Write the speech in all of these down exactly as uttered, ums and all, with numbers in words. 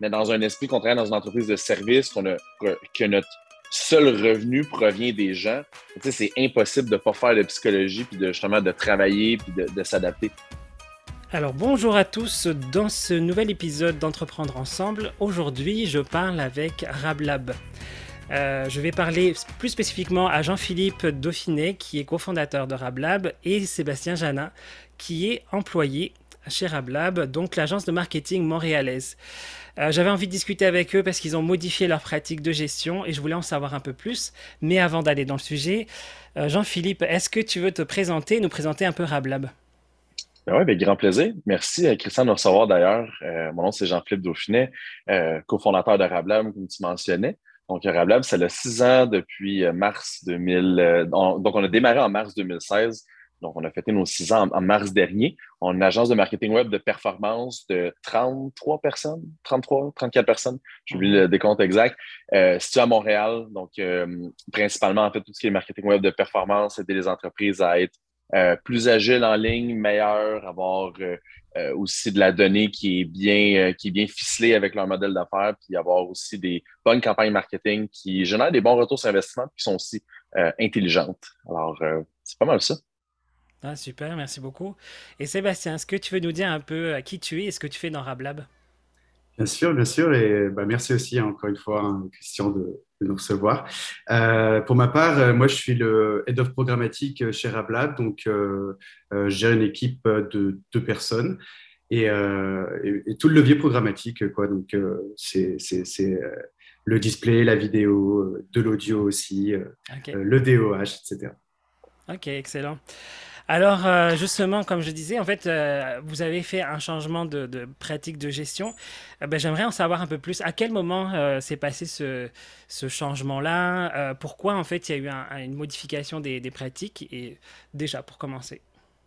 mais dans un esprit qu'on travaille dans une entreprise de service, qu'on a, que notre seul revenu provient des gens, tu sais, c'est impossible de ne pas faire de psychologie puis de justement de travailler puis de, de s'adapter. Alors bonjour à tous, dans ce nouvel épisode d'Entreprendre Ensemble, aujourd'hui je parle avec Rablab. Euh, je vais parler plus spécifiquement à Jean-Philippe Dauphinet qui est cofondateur de Rablab et Sébastien Janin qui est employé chez Rablab, donc l'agence de marketing montréalaise. Euh, j'avais envie de discuter avec eux parce qu'ils ont modifié leurs pratiques de gestion et je voulais en savoir un peu plus. Mais avant d'aller dans le sujet, euh, Jean-Philippe, est-ce que tu veux te présenter, nous présenter un peu Rablab ? Ben oui, avec grand plaisir. Merci, euh, Christian, de nous recevoir d'ailleurs. Euh, mon nom, c'est Jean-Philippe Dauphinet, euh, cofondateur de Rablab, comme tu mentionnais. Donc, Rablab, ça a six ans depuis euh, mars deux mille. Euh, on- donc, on a démarré en mars deux mille seize. Donc, on a fêté nos six ans en, en mars dernier. On est une agence de marketing web de performance de trente-trois personnes, trente-trois, trente-quatre personnes. J'ai oublié le décompte exact. Euh, situé à Montréal. Donc, euh, principalement, en fait, tout ce qui est marketing web de performance, aider les entreprises à être euh, plus agile en ligne, meilleur, avoir euh, euh, aussi de la donnée qui est bien euh, qui est bien ficelée avec leur modèle d'affaires, puis avoir aussi des bonnes campagnes marketing qui génèrent des bons retours sur investissement, puis qui sont aussi euh, intelligentes. Alors, euh, c'est pas mal ça. Ah, super, merci beaucoup. Et Sébastien, est-ce que tu veux nous dire un peu qui tu es et ce que tu fais dans Rablab ? Bien sûr, bien sûr. Et bah, merci aussi, hein, encore une fois, hein, Christian, de, de nous recevoir. Euh, pour ma part, euh, moi, je suis le Head of Programmatique chez Rablab. Donc, euh, euh, je gère une équipe de deux personnes et, euh, et, et tout le levier programmatique, quoi. Donc, euh, c'est, c'est, c'est euh, le display, la vidéo, euh, de l'audio aussi, euh, Ok, euh, le D O H, et cetera. ok, excellent. Alors, euh, justement, comme je disais, en fait, euh, vous avez fait un changement de, de pratique de gestion. Euh, ben, j'aimerais en savoir un peu plus. À quel moment euh, s'est passé ce, ce changement-là ? Euh, pourquoi, en fait, il y a eu un- un- une modification des, des pratiques ? Et déjà, pour commencer.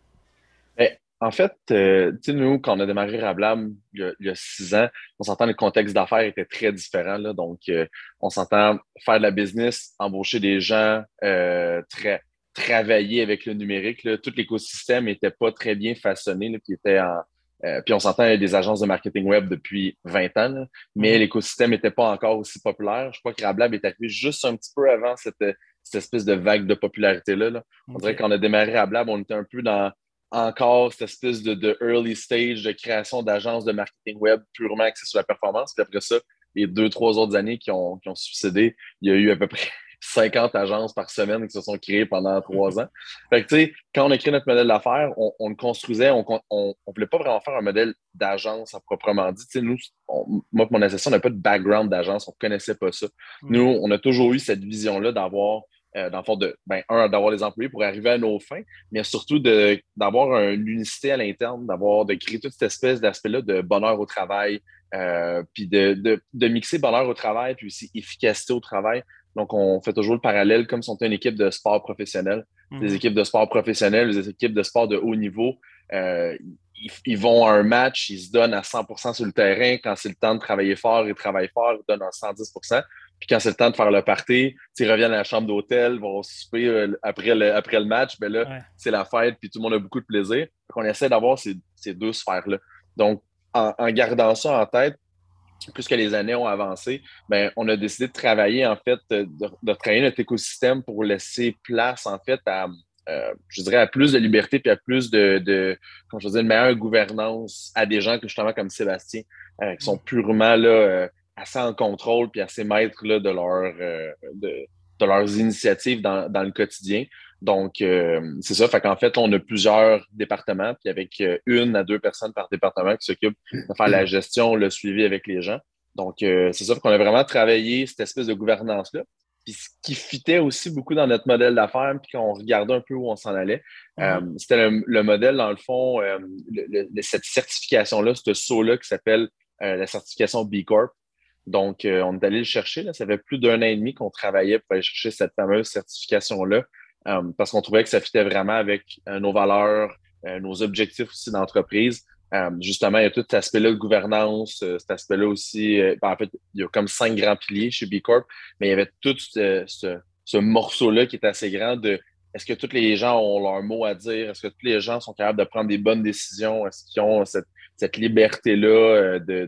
Mais, en fait, euh, tu sais, nous, quand on a démarré Rablab il y a, il y a six ans, on s'entend le contexte d'affaires était très différent. Là, donc, euh, on s'entend faire de la business, embaucher des gens, euh, très, travailler avec le numérique. Là, tout l'écosystème n'était pas très bien façonné, là, puis, était en, euh, puis on s'entend il y a des agences de marketing web depuis vingt ans, là, mais Mhm. l'écosystème n'était pas encore aussi populaire. Je crois que Rablab est arrivé juste un petit peu avant cette, cette espèce de vague de popularité-là. Là. On dirait Ok. qu'on a démarré Rablab, on était un peu dans encore cette espèce de, de early stage de création d'agences de marketing web purement axées sur la performance. Puis après ça, les deux, trois autres années qui ont, qui ont succédé, il y a eu à peu près cinquante agences par semaine qui se sont créées pendant trois ans. Fait que, tu sais, quand on a créé notre modèle d'affaires, on, on le construisait, on on, on voulait pas vraiment faire un modèle d'agence à proprement dit. Tu sais, nous, on, moi et mon associé, on n'a pas de background d'agence, on ne connaissait pas ça. Mhm. Nous, on a toujours eu cette vision-là d'avoir, euh, dans le fond, de, ben, un, d'avoir les employés pour arriver à nos fins, mais surtout de, d'avoir une unicité à l'interne, d'avoir, de créer toute cette espèce d'aspect-là de bonheur au travail, euh, puis de, de, de mixer bonheur au travail, puis aussi efficacité au travail. Donc, on fait toujours le parallèle comme si on était une équipe de sport professionnel. Les Mhm. équipes de sport professionnel, les équipes de sport de haut niveau, euh, ils, ils vont à un match, ils se donnent à cent pour cent sur le terrain. Quand c'est le temps de travailler fort, ils travaillent fort, ils donnent à cent dix pour cent. Puis quand c'est le temps de faire le party, ils reviennent à la chambre d'hôtel, vont souper euh, après, le, après le match. Ben là, Ouais. c'est la fête, puis tout le monde a beaucoup de plaisir. Donc, on essaie d'avoir ces, ces deux sphères-là. Donc, en, en gardant ça en tête, plus que les années ont avancé, ben, on a décidé de travailler, en fait, de, de travailler notre écosystème pour laisser place, en fait, à, euh, je dirais, à plus de liberté puis à plus de, de comment je veux dire, une meilleure gouvernance à des gens que, justement, comme Sébastien, euh, qui sont purement, là, euh, assez en contrôle puis assez maîtres, là, de leur, euh, de, de leurs initiatives dans, dans le quotidien. Donc, euh, c'est ça. Fait qu'en fait, on a plusieurs départements, puis avec euh, une à deux personnes par département qui s'occupent de faire la gestion, le suivi avec les gens. Donc, euh, c'est ça qu'on a vraiment travaillé cette espèce de gouvernance-là. Puis ce qui fitait aussi beaucoup dans notre modèle d'affaires, puis qu'on regardait un peu où on s'en allait, euh, Mhm. c'était le, le modèle, dans le fond, euh, le, le, cette certification-là, ce saut-là qui s'appelle euh, la certification B Corp. Donc, euh, on est allé le chercher. Là. Ça fait plus d'un an et demi qu'on travaillait pour aller chercher cette fameuse certification-là euh, parce qu'on trouvait que ça fitait vraiment avec euh, nos valeurs, euh, nos objectifs aussi d'entreprise. Euh, justement, il y a tout cet aspect-là de gouvernance, euh, cet aspect-là aussi. Euh, ben, en fait, il y a comme cinq grands piliers chez B Corp, mais il y avait tout ce, ce, ce morceau-là qui est assez grand de est-ce que tous les gens ont leur mot à dire? Est-ce que tous les gens sont capables de prendre des bonnes décisions? Est-ce qu'ils ont cette, cette liberté-là euh, de, de,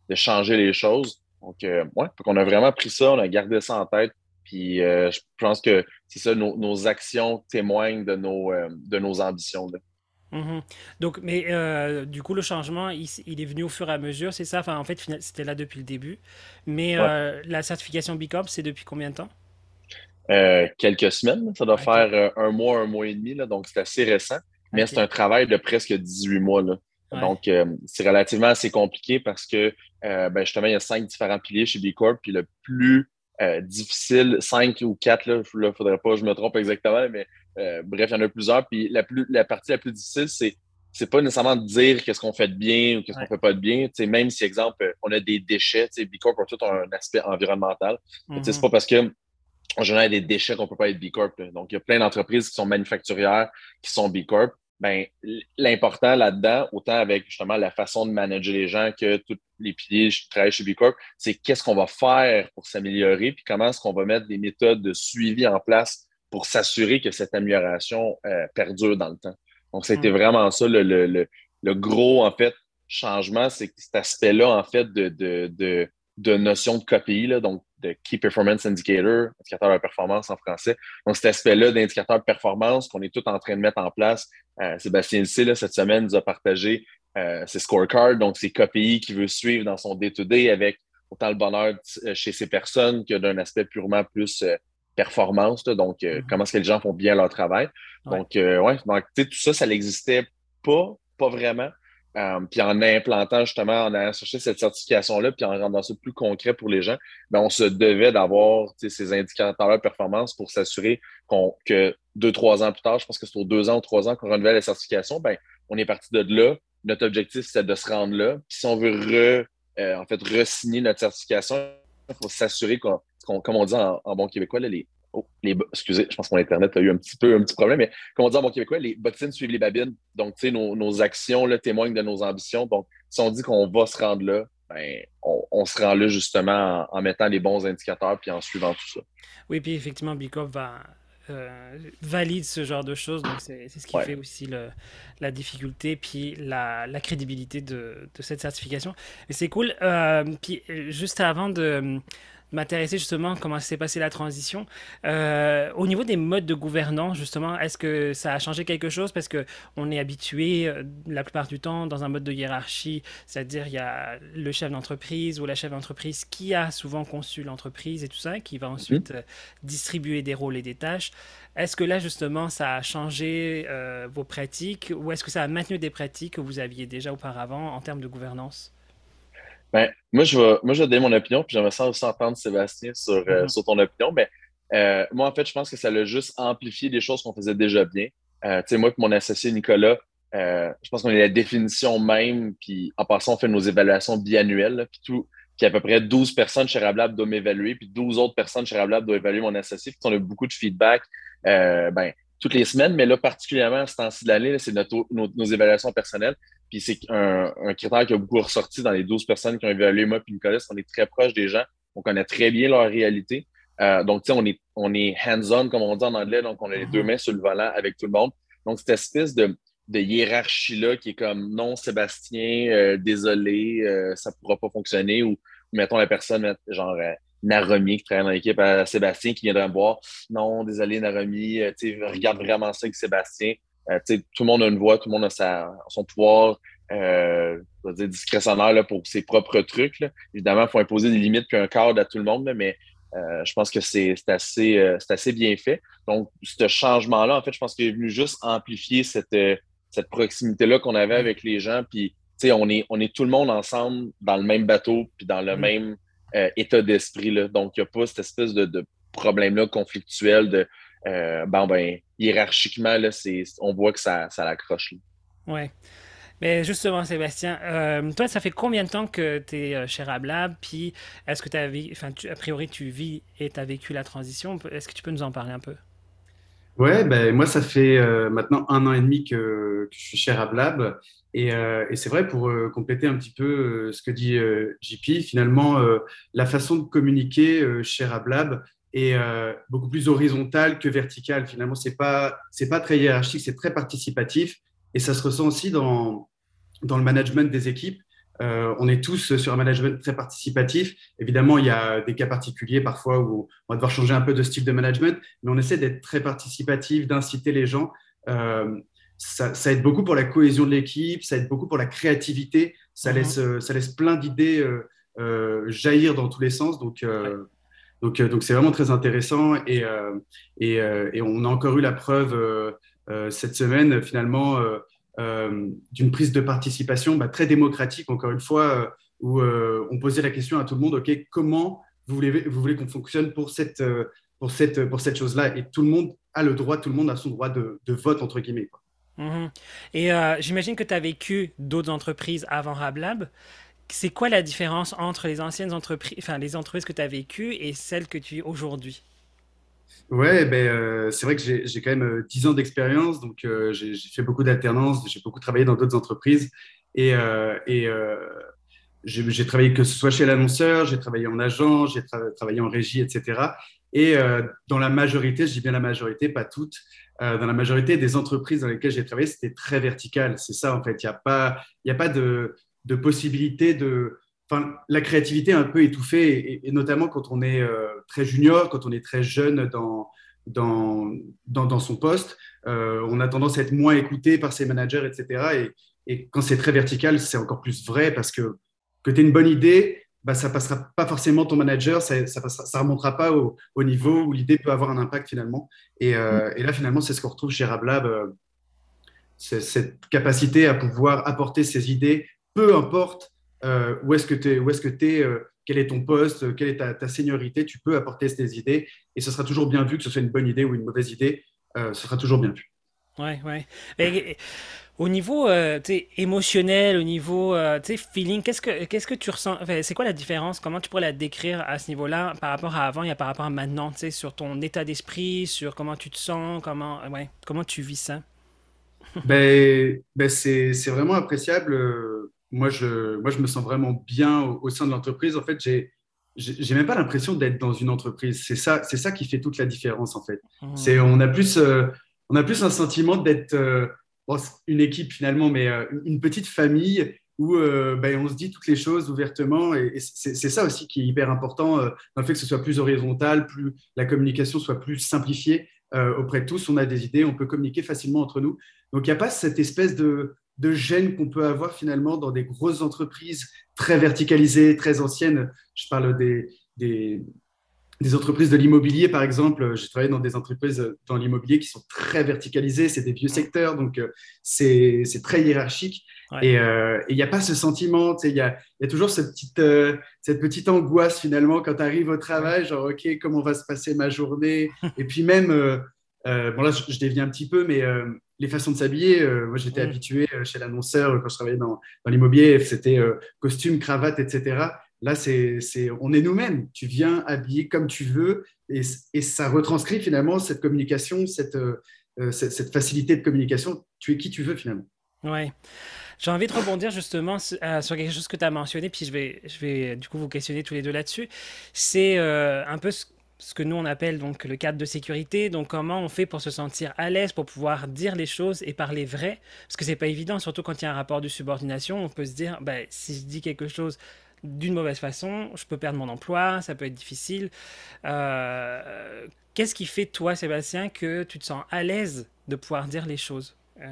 de changer les choses. Donc, euh, ouais, on a vraiment pris ça, on a gardé ça en tête. Puis euh, je pense que c'est ça, nos, nos actions témoignent de nos, euh, de nos ambitions, là. Mhm. Donc, mais euh, du coup, le changement, il, s- il est venu au fur et à mesure, c'est ça? Enfin, en fait, fina- c'était là depuis le début. Mais Ouais. euh, la certification B Corp, c'est depuis combien de temps? Euh, quelques semaines, ça doit Ok, faire euh, un mois, un mois et demi, là, donc c'est assez récent, mais c'est ok, un travail de presque dix-huit mois, là. ouais. Donc, euh, c'est relativement assez compliqué parce que euh, ben, justement, il y a cinq différents piliers chez B Corp, puis le plus euh, difficile, cinq ou quatre, là, il ne faudrait pas que je me trompe exactement, mais euh, bref, il y en a plusieurs. Puis la, plus, la partie la plus difficile, c'est c'est pas nécessairement de dire qu'est-ce qu'on fait de bien ou qu'est-ce qu'on Ouais. fait pas de bien. Tu sais, même si, exemple, on a des déchets, tu sais, B Corp a tout un aspect environnemental. Tu sais, c'est Mhm. pas parce que en général, il y a des déchets qu'on ne peut pas être B Corp, là. Donc, il y a plein d'entreprises qui sont manufacturières, qui sont B Corp. Ben, l'important là-dedans, autant avec justement la façon de manager les gens que tous les piliers qui travaillent chez B Corp, c'est qu'est-ce qu'on va faire pour s'améliorer, puis comment est-ce qu'on va mettre des méthodes de suivi en place pour s'assurer que cette amélioration euh, perdure dans le temps. Donc, ça a été Mhm. vraiment ça le, le, le, le gros, en fait, changement, c'est cet aspect-là, en fait, de, de, de de notion de K P I, là, donc de Key Performance Indicator, indicateur de performance en français. Donc, cet aspect-là d'indicateur de performance qu'on est tout en train de mettre en place. Euh, Sébastien Lissé, là, cette semaine, nous a partagé euh, ses scorecards, donc ses K P I qu'il veut suivre dans son day-to-day avec autant le bonheur euh, chez ces personnes que d'un aspect purement plus euh, performance, là, donc euh, Mhm. comment est-ce que les gens font bien leur travail. Ouais. Donc, euh, ouais, donc, tout ça, ça n'existait pas, pas vraiment. Euh, puis en implantant justement, en allant chercher cette certification-là, puis en rendant ça plus concret pour les gens, ben, on se devait d'avoir ces indicateurs de performance pour s'assurer qu'on, que deux, trois ans plus tard, je pense que c'est aux deux ans ou trois ans qu'on renouvelle la certification, ben, on est parti de là. Notre objectif, c'est de se rendre là. Puis si on veut re, euh, en fait, re-signer notre certification, il faut s'assurer qu'on, qu'on, comme on dit en, en bon québécois, là, les, oh, les, excusez, je pense que mon Internet a eu un petit peu un petit problème, mais comme on dit en bon québécois, les bottines suivent les babines. Donc, tu sais, nos, nos actions là, témoignent de nos ambitions. Donc, si on dit qu'on va se rendre là, ben, on, on se rend là justement en, en mettant les bons indicateurs puis en suivant tout ça. Oui, puis effectivement, B Corp va, euh, valide ce genre de choses, donc c'est c'est ce qui Ouais. fait aussi le, la difficulté, puis la, la crédibilité de, de cette certification. Et c'est cool. Euh, puis euh, juste avant de m'intéresser justement comment s'est passée la transition, euh, au niveau des modes de gouvernance, justement, est-ce que ça a changé quelque chose? Parce que on est habitué euh, la plupart du temps dans un mode de hiérarchie, c'est-à-dire il y a le chef d'entreprise ou la chef d'entreprise qui a souvent conçu l'entreprise et tout ça, qui va Mhm. ensuite euh, distribuer des rôles et des tâches. Est-ce que là, justement, ça a changé euh, vos pratiques ou est-ce que ça a maintenu des pratiques que vous aviez déjà auparavant en termes de gouvernance? Ben, moi, je vais, moi, je vais donner mon opinion, puis j'aimerais ça aussi entendre Sébastien sur, euh, Mhm, sur ton opinion. Mais euh, moi, en fait, je pense que ça l'a juste amplifié des choses qu'on faisait déjà bien. Euh, tu sais, moi et mon associé Nicolas, euh, je pense qu'on est la définition même, puis en passant, on fait nos évaluations biannuelles, là, puis tout, puis à peu près douze personnes chez Rablab doivent m'évaluer, puis douze autres personnes chez Rablab doivent évaluer mon associé. Puis on a beaucoup de feedback, euh, ben, toutes les semaines, mais là, particulièrement à ce temps-ci de l'année, là, c'est notre, nos, nos évaluations personnelles. Puis c'est un, un critère qui a beaucoup ressorti dans les douze personnes qui ont évalué moi et Nicolas. On est très proche des gens. On connaît très bien leur réalité. Euh, donc, tu sais, on est, on est hands-on, comme on dit en anglais. Donc, on a les deux mhm, mains sur le volant avec tout le monde. Donc, cette espèce de, de hiérarchie-là qui est comme non, Sébastien, euh, désolé, euh, ça ne pourra pas fonctionner. Ou, mettons la personne, genre euh, Naromi qui travaille dans l'équipe à Sébastien qui viendrait me voir. Non, désolé, Naromi, euh, tu sais, regarde vraiment ça avec Sébastien. Euh, tout le monde a une voix, tout le monde a sa, son pouvoir euh, je veux dire, discrétionnaire là, pour ses propres trucs. Là. Évidemment, il faut imposer des limites puis un cadre à tout le monde, là, mais euh, je pense que c'est assez, euh, assez bien fait. Donc, ce changement-là, en fait, je pense qu'il est venu juste amplifier cette, euh, cette proximité-là qu'on avait ouais, avec les gens. Puis, tu sais, on est, on est tout le monde ensemble dans le même bateau puis dans le oui. même euh, état d'esprit. Là. Donc, il n'y a pas cette espèce de, de problème-là conflictuel de euh, bon, ben, hiérarchiquement, là, c'est, on voit que ça, ça l'accroche. Là. Ouais. Mais justement, Sébastien, euh, toi, ça fait combien de temps que tu es chez Rablab? Puis, est-ce que tu as, enfin, tu- a priori, tu vis et tu as vécu la transition? Est-ce que tu peux nous en parler un peu? Ouais, ben, moi, ça fait euh, maintenant un an et demi que, que je suis chez Rablab. Et, euh, et c'est vrai, pour euh, compléter un petit peu euh, ce que dit euh, J P, finalement, euh, la façon de communiquer euh, chez Rablab est euh, beaucoup plus horizontale que verticale. Finalement, c'est pas, c'est pas très hiérarchique, c'est très participatif. Et ça se ressent aussi dans, dans le management des équipes. Euh, on est tous sur un management très participatif. Évidemment, il y a des cas particuliers parfois où on va devoir changer un peu de style de management, mais on essaie d'être très participatif, d'inciter les gens. Euh, ça, ça aide beaucoup pour la cohésion de l'équipe, ça aide beaucoup pour la créativité, ça Mhm. laisse, euh, ça laisse plein d'idées euh, euh, jaillir dans tous les sens. Donc, Ouais. euh, donc, euh, donc c'est vraiment très intéressant et, euh, et, euh, et on a encore eu la preuve euh, euh, cette semaine finalement euh, euh, d'une prise de participation bah, très démocratique, encore une fois, euh, où euh, on posait la question à tout le monde, OK, comment vous voulez, vous voulez qu'on fonctionne pour cette, euh, pour cette, pour cette chose-là? Et tout le monde a le droit, tout le monde a son droit de, de vote, entre guillemets, quoi. Mhm. Et euh, j'imagine que tu as vécu d'autres entreprises avant RabLab. C'est quoi la différence entre les anciennes entreprises, enfin les entreprises que tu as vécues et celles que tu es aujourd'hui? Ouais, ben, euh, c'est vrai que j'ai j'ai quand même euh, dix ans d'expérience, donc euh, j'ai j'ai fait beaucoup d'alternance, j'ai beaucoup travaillé dans d'autres entreprises et, euh, et euh, j'ai j'ai travaillé que ce soit chez l'annonceur, j'ai travaillé en agent, j'ai tra- travaillé en régie, et cetera. Et euh, dans la majorité, je dis bien la majorité, pas toutes, euh, dans la majorité des entreprises dans lesquelles j'ai travaillé, c'était très vertical. C'est ça, en fait. Il n'y a pas, il y a pas de, de possibilité de. Enfin, la créativité est un peu étouffée, et, et notamment quand on est euh, très junior, quand on est très jeune dans, dans, dans, dans son poste, euh, on a tendance à être moins écouté par ses managers, et cetera. Et, et quand c'est très vertical, c'est encore plus vrai parce que que tu aies une bonne idée, bah, ça passera pas forcément ton manager, ça, ça, passera, ça remontera pas au, au niveau Mhm. où l'idée peut avoir un impact finalement. Et, euh, et là, finalement, c'est ce qu'on retrouve chez RabLab, euh, c'est cette capacité à pouvoir apporter ses idées, peu importe euh, où est-ce que tu es, où est-ce que tu es, euh, quel est ton poste, quelle est ta, ta seniorité, tu peux apporter tes idées et ce sera toujours bien vu, que ce soit une bonne idée ou une mauvaise idée, euh, ce sera toujours bien vu. Ouais, ouais. Et, et au niveau euh, tu sais, émotionnel, au niveau euh, tu sais, feeling, qu'est-ce que qu'est-ce que tu ressens? Enfin, c'est quoi la différence? Comment tu pourrais la décrire à ce niveau-là par rapport à avant et par rapport à maintenant, tu sais, sur ton état d'esprit, sur comment tu te sens, comment ouais, comment tu vis ça? Ben, ben c'est, c'est vraiment appréciable. Euh, Moi je, moi, je me sens vraiment bien au, au sein de l'entreprise. En fait, j'ai, j'ai j'ai même pas l'impression d'être dans une entreprise. C'est ça, c'est ça qui fait toute la différence, en fait. C'est, Mhm. on a plus, euh, on a plus un sentiment d'être euh, bon, c'est une équipe finalement, mais euh, une petite famille où euh, ben, on se dit toutes les choses ouvertement. Et, et c'est c'est ça aussi qui est hyper important, euh, dans le fait que ce soit plus horizontal, plus la communication soit plus simplifiée euh, auprès de tous. On a des idées, on peut communiquer facilement entre nous. Donc, il n'y a pas cette espèce de, de gêne qu'on peut avoir finalement dans des grosses entreprises très verticalisées, très anciennes. Je parle des, des, des entreprises de l'immobilier, par exemple. J'ai travaillé dans des entreprises dans l'immobilier qui sont très verticalisées, c'est des vieux Mhm. secteurs, donc euh, c'est c'est très hiérarchique. Ouais. Et euh, il n'y a pas ce sentiment, tu sais, il y a, il y a toujours ce petite, euh, cette petite angoisse finalement quand tu arrives au Ouais. travail, genre, OK, comment va se passer ma journée? Et puis même, euh, euh, bon là, je, je dévie un petit peu, mais euh, les façons de s'habiller, euh, moi j'étais Mhm. habitué euh, chez l'annonceur euh, quand je travaillais dans, dans l'immobilier, c'était euh, costume, cravate, et cetera. Là, c'est, c'est, on est nous-mêmes. Tu viens habillé comme tu veux et, et ça retranscrit finalement cette communication, cette, euh, euh, cette, cette facilité de communication. Tu es qui tu veux finalement. Ouais. J'ai envie de rebondir justement su- euh, sur quelque chose que tu as mentionné, puis je vais, je vais du coup vous questionner tous les deux là-dessus. C'est euh, un peu ce, ce que nous on appelle donc le cadre de sécurité. Donc comment on fait pour se sentir à l'aise, pour pouvoir dire les choses et parler vrai, parce que c'est pas évident, surtout quand il y a un rapport de subordination. On peut se dire, ben, si je dis quelque chose d'une mauvaise façon, je peux perdre mon emploi, ça peut être difficile. Euh, Qu'est-ce qui fait toi, Sébastien, que tu te sens à l'aise de pouvoir dire les choses? Euh,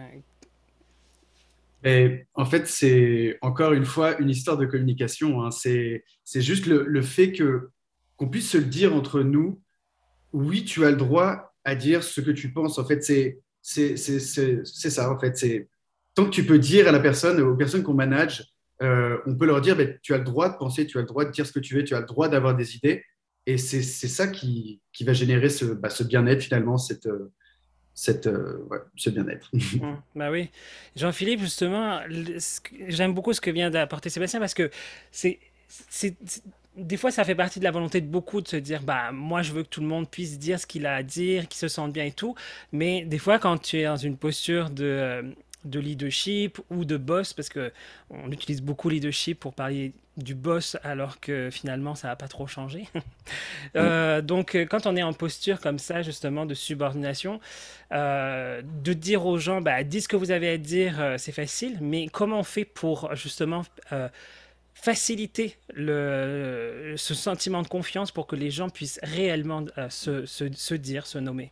Et en fait, c'est encore une fois une histoire de communication, hein. C'est, c'est juste le, le fait que qu'on puisse se le dire entre nous. Oui, tu as le droit à dire ce que tu penses. En fait, c'est c'est c'est c'est c'est ça. En fait, c'est tant que tu peux dire à la personne, aux personnes qu'on manage, euh, on peut leur dire, ben, tu as le droit de penser, tu as le droit de dire ce que tu veux, tu as le droit d'avoir des idées. Et c'est c'est ça qui qui va générer ce bah, ce bien-être finalement, cette euh, cette euh, ouais, ce bien-être. Mm, bah oui. Jean-Philippe, justement, le- ce que- j'aime beaucoup ce que vient d'apporter Sébastien parce que c'est, c'est, c'est- des fois, ça fait partie de la volonté de beaucoup de se dire, bah, moi, je veux que tout le monde puisse dire ce qu'il a à dire, qu'il se sente bien et tout. Mais des fois, quand tu es dans une posture de, euh, de leadership ou de boss, parce qu'on utilise beaucoup leadership pour parler du boss alors que finalement ça n'a pas trop changé. euh, donc quand on est en posture comme ça justement de subordination, euh, de dire aux gens bah, dis ce que vous avez à dire, euh, c'est facile, mais comment on fait pour justement euh, faciliter le, ce sentiment de confiance pour que les gens puissent réellement euh, se, se, se dire, se nommer?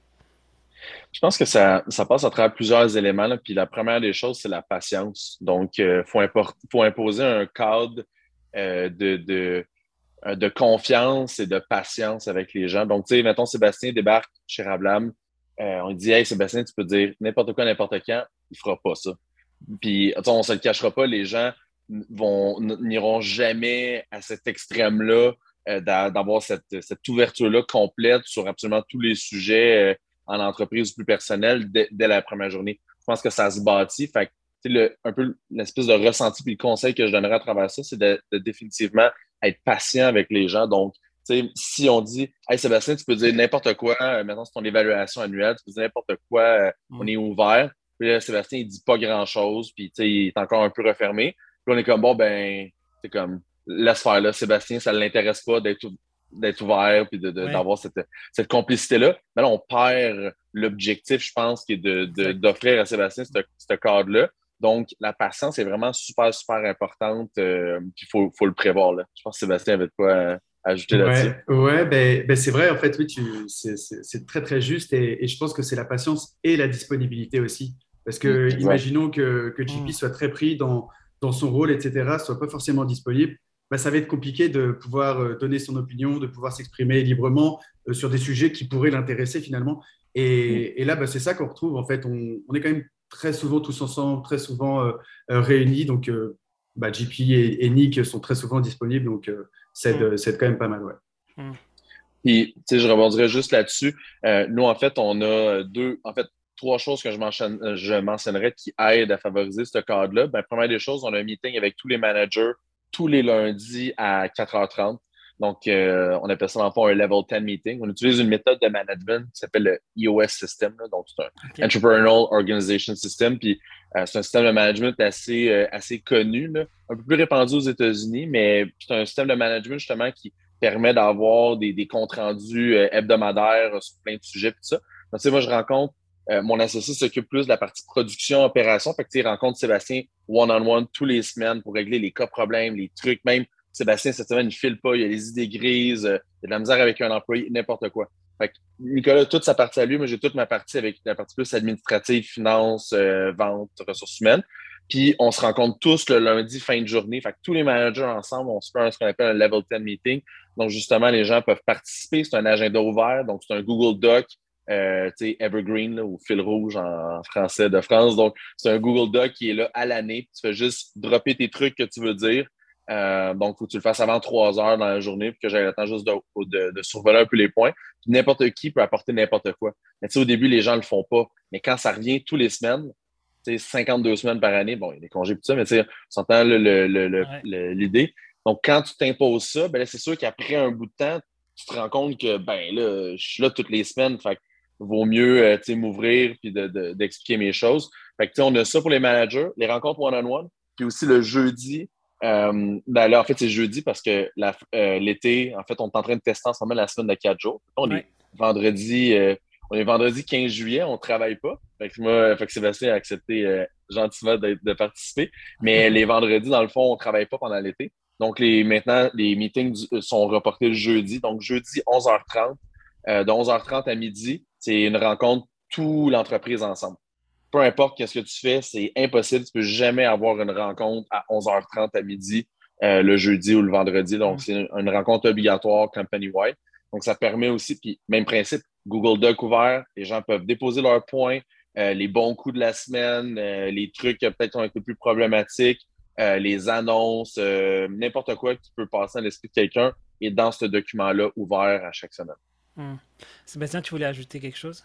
Je pense que ça, ça passe à travers plusieurs éléments, là. Puis la première des choses, c'est la patience. Donc, il euh, faut, impor- faut imposer un cadre euh, de, de, euh, de confiance et de patience avec les gens. Donc, tu sais, mettons, Sébastien débarque chez Rablam. Euh, on lui dit, hey, Sébastien, tu peux dire n'importe quoi, n'importe quand. Il fera pas ça. Puis, tu sais, on se le cachera pas, les gens vont, n'iront jamais à cet extrême-là euh, d'a- d'avoir cette, cette ouverture-là complète sur absolument tous les sujets euh, en entreprise plus personnelle dès, dès la première journée. Je pense que ça se bâtit. Fait que, tu sais, le, un peu l'espèce de ressenti puis le conseil que je donnerais à travers ça, c'est de, de définitivement être patient avec les gens. Donc, tu sais, si on dit, hey Sébastien, tu peux dire n'importe quoi, euh, maintenant c'est ton évaluation annuelle, tu peux dire n'importe quoi, euh, on Mm. est ouvert. Puis là, Sébastien, il dit pas grand-chose, puis tu sais, il est encore un peu refermé. Puis on est comme, bon, ben, c'est comme, laisse faire là, Sébastien, ça ne l'intéresse pas d'être ou- d'être ouvert, puis de, de- Ouais, d'avoir cette, cette complicité-là. Mais là, on perd l'objectif, je pense, qui est de, de- exact. d'offrir à Sébastien ce, ce cadre-là. Donc, la patience est vraiment super, super importante, euh, puis il faut, faut le prévoir, là. Je pense que Sébastien avait de quoi euh, ajouter là-dessus. Ouais, ouais, ben, ben c'est vrai, en fait, oui, tu, c'est, c'est, c'est très, très juste et, et je pense que c'est la patience et la disponibilité aussi. Parce Mm, que, exact. imaginons que, que J P Mm. soit très pris dans, dans son rôle, et cetera, soit pas forcément disponible, ben, ça va être compliqué de pouvoir euh, donner son opinion, de pouvoir s'exprimer librement euh, sur des sujets qui pourraient l'intéresser finalement. Mm. Et, et là, ben, c'est ça qu'on retrouve, en fait, on, on est quand même très souvent tous ensemble, très souvent euh, euh, réunis, donc euh, bah, J P et, et Nick sont très souvent disponibles, donc euh, c'est Mm. de- c'est quand même pas mal, ouais. Mm. Puis, tu sais, je rebondirais juste là-dessus. Euh, nous, en fait, on a deux, en fait, trois choses que je, mentionne- je mentionnerais qui aident à favoriser ce cadre-là. Ben, première des choses, on a un meeting avec tous les managers tous les lundis à quatre heures trente. Donc, euh, on appelle ça dans le fond un Level dix meeting. On utilise une méthode de management qui s'appelle le E O S System. Là. Donc, c'est un OK. Entrepreneurial Organization System. Puis, euh, c'est un système de management assez, euh, assez connu, là, un peu plus répandu aux États-Unis, mais c'est un système de management justement qui permet d'avoir des, des comptes rendus euh, hebdomadaires euh, sur plein de sujets tout ça. Donc, tu sais, moi, je rencontre, euh, mon associé s'occupe plus de la partie production, opération. Fait que, tu sais, il rencontre Sébastien one-on-one tous les semaines pour régler les cas problèmes, les trucs. Même Sébastien, cette semaine, il file pas, il a les idées grises, euh, il a de la misère avec un employé, n'importe quoi. Fait que Nicolas a toute sa partie à lui, moi, j'ai toute ma partie avec la partie plus administrative, finance, euh, vente, ressources humaines. Puis, on se rencontre tous le lundi, fin de journée. Fait que tous les managers ensemble, on se fait un, ce qu'on appelle un Level dix meeting. Donc, justement, les gens peuvent participer. C'est un agenda ouvert. Donc, c'est un Google Doc, euh, tu sais, Evergreen, là, ou fil rouge en, en français de France. Donc, c'est un Google Doc qui est là à l'année. Tu fais juste dropper tes trucs que tu veux dire. Euh, donc, il faut que tu le fasses avant trois heures dans la journée pour que j'aie le temps juste de, de, de survoler un peu les points. Puis n'importe qui peut apporter n'importe quoi. Mais tu sais, au début, les gens le font pas. Mais quand ça revient tous les semaines, tu sais, cinquante-deux semaines par année, bon, il y a des congés et tout ça, mais tu sais, on s'entend le, le, le, Ouais. le, l'idée. Donc, quand tu t'imposes ça, ben là, c'est sûr qu'après un bout de temps, tu te rends compte que, ben là, je suis là toutes les semaines, fait que vaut mieux, euh, tu sais, m'ouvrir puis de, de, d'expliquer mes choses. Fait que, tu sais, on a ça pour les managers, les rencontres one-on-one, puis aussi le jeudi. Euh, ben là, en fait, c'est jeudi parce que la, euh, l'été, en fait, on est en train de tester en ce moment la semaine de quatre jours. On Ouais. est vendredi, euh, on est vendredi quinze juillet, on travaille pas. Fait que moi, fait que Sébastien a accepté euh, gentiment de, de participer. Mais les vendredis, dans le fond, on travaille pas pendant l'été. Donc, les, maintenant, les meetings du- sont reportés le jeudi. Donc, jeudi, onze heures trente. Euh, de onze heures trente à midi, c'est une rencontre, toute l'entreprise ensemble. Peu importe qu'est-ce que tu fais, c'est impossible. Tu peux jamais avoir une rencontre à onze heures trente à midi, euh, le jeudi ou le vendredi. Donc, Mm. c'est une, une rencontre obligatoire company-wide. Donc, ça permet aussi, puis même principe, Google Doc ouvert, les gens peuvent déposer leurs points, euh, les bons coups de la semaine, euh, les trucs qui peut-être ont été plus problématiques, euh, les annonces, euh, n'importe quoi qui peut passer à l'esprit de quelqu'un est dans ce document-là ouvert à chaque semaine. Mm. Sébastien, tu voulais ajouter quelque chose?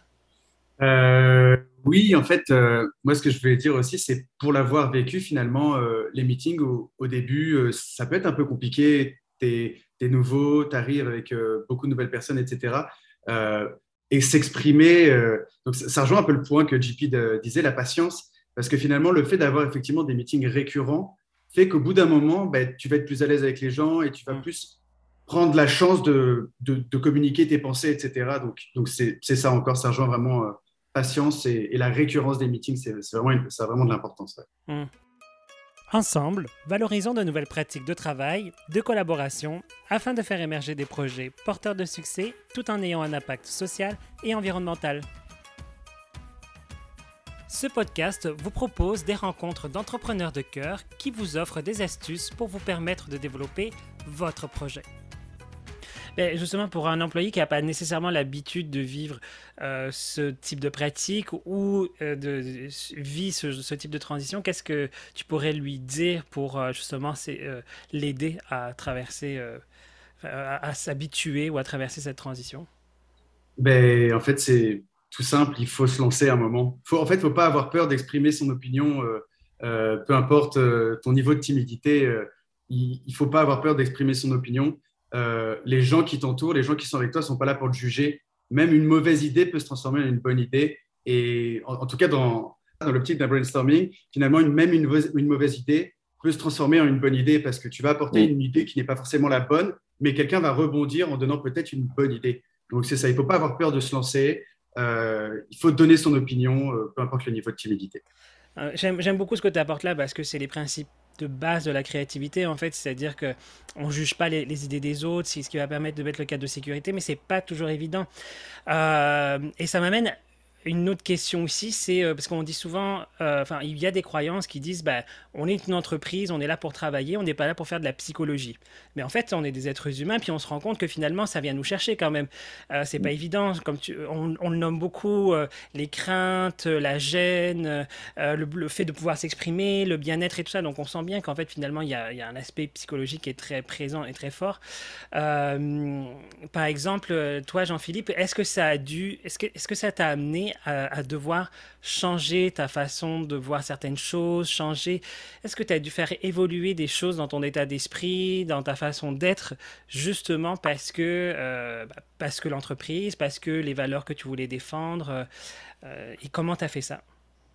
Euh, oui, en fait, euh, moi, ce que je voulais dire aussi, c'est pour l'avoir vécu, finalement, euh, les meetings au, au début, euh, ça peut être un peu compliqué. T'es, t'es nouveau, t'arrives avec euh, beaucoup de nouvelles personnes, et cetera. Euh, et s'exprimer, euh, donc ça, ça rejoint un peu le point que J P de- disait, la patience, Parce que finalement, le fait d'avoir effectivement des meetings récurrents fait qu'au bout d'un moment, ben, tu vas être plus à l'aise avec les gens et tu vas plus prendre la chance de, de, de communiquer tes pensées, et cetera. Donc, donc c'est, c'est ça encore, ça rejoint vraiment euh, patience et, et la récurrence des meetings, c'est, c'est vraiment, une, ça a vraiment de l'importance. Ouais. Mmh. Ensemble, valorisons de nouvelles pratiques de travail, de collaboration, afin de faire émerger des projets porteurs de succès tout en ayant un impact social et environnemental. Ce podcast vous propose des rencontres d'entrepreneurs de cœur qui vous offrent des astuces pour vous permettre de développer votre projet. Mais justement, pour un employé qui n'a pas nécessairement l'habitude de vivre euh, ce type de pratique ou euh, de, de vivre ce, ce type de transition, qu'est-ce que tu pourrais lui dire pour euh, justement euh, l'aider à traverser, euh, à, à s'habituer ou à traverser cette transition? Ben, en fait, c'est tout simple, il faut se lancer un moment. Faut, en fait, il ne faut pas avoir peur d'exprimer son opinion, euh, euh, peu importe euh, ton niveau de timidité, euh, il ne faut pas avoir peur d'exprimer son opinion. Euh, les gens qui t'entourent, les gens qui sont avec toi ne sont pas là pour te juger. Même une mauvaise idée peut se transformer en une bonne idée. Et en, en tout cas, dans, dans l'optique d'un brainstorming, finalement, une, même une, une mauvaise idée peut se transformer en une bonne idée parce que tu vas apporter une idée qui n'est pas forcément la bonne, mais quelqu'un va rebondir en donnant peut-être une bonne idée. Donc, c'est ça, il ne faut pas avoir peur de se lancer. Euh, il faut donner son opinion, euh, peu importe le niveau de timidité. Euh, j'aime, j'aime beaucoup ce que tu apportes là parce que c'est les principes de base de la créativité, en fait, c'est-à-dire qu'on ne juge pas les, les idées des autres, c'est ce qui va permettre de mettre le cadre de sécurité, mais ce n'est pas toujours évident. Euh, et ça m'amène une autre question aussi, c'est euh, parce qu'on dit souvent, euh, enfin, il y a des croyances qui disent, bah, on est une entreprise, on est là pour travailler, on n'est pas là pour faire de la psychologie. Mais en fait, on est des êtres humains, puis on se rend compte que finalement, ça vient nous chercher quand même. Euh, c'est pas évident, comme tu, on, on le nomme beaucoup, euh, les craintes, la gêne, euh, le, le fait de pouvoir s'exprimer, le bien-être et tout ça. Donc, on sent bien qu'en fait, finalement, il y a, il y a un aspect psychologique qui est très présent et très fort. Euh, par exemple, toi, Jean-Philippe, est-ce que ça a dû, est-ce que, est-ce que ça t'a amené À, à devoir changer ta façon de voir certaines choses, changer... Est-ce que tu as dû faire évoluer des choses dans ton état d'esprit, dans ta façon d'être, justement parce que, euh, bah, parce que l'entreprise, parce que les valeurs que tu voulais défendre, euh, et comment tu as fait ça?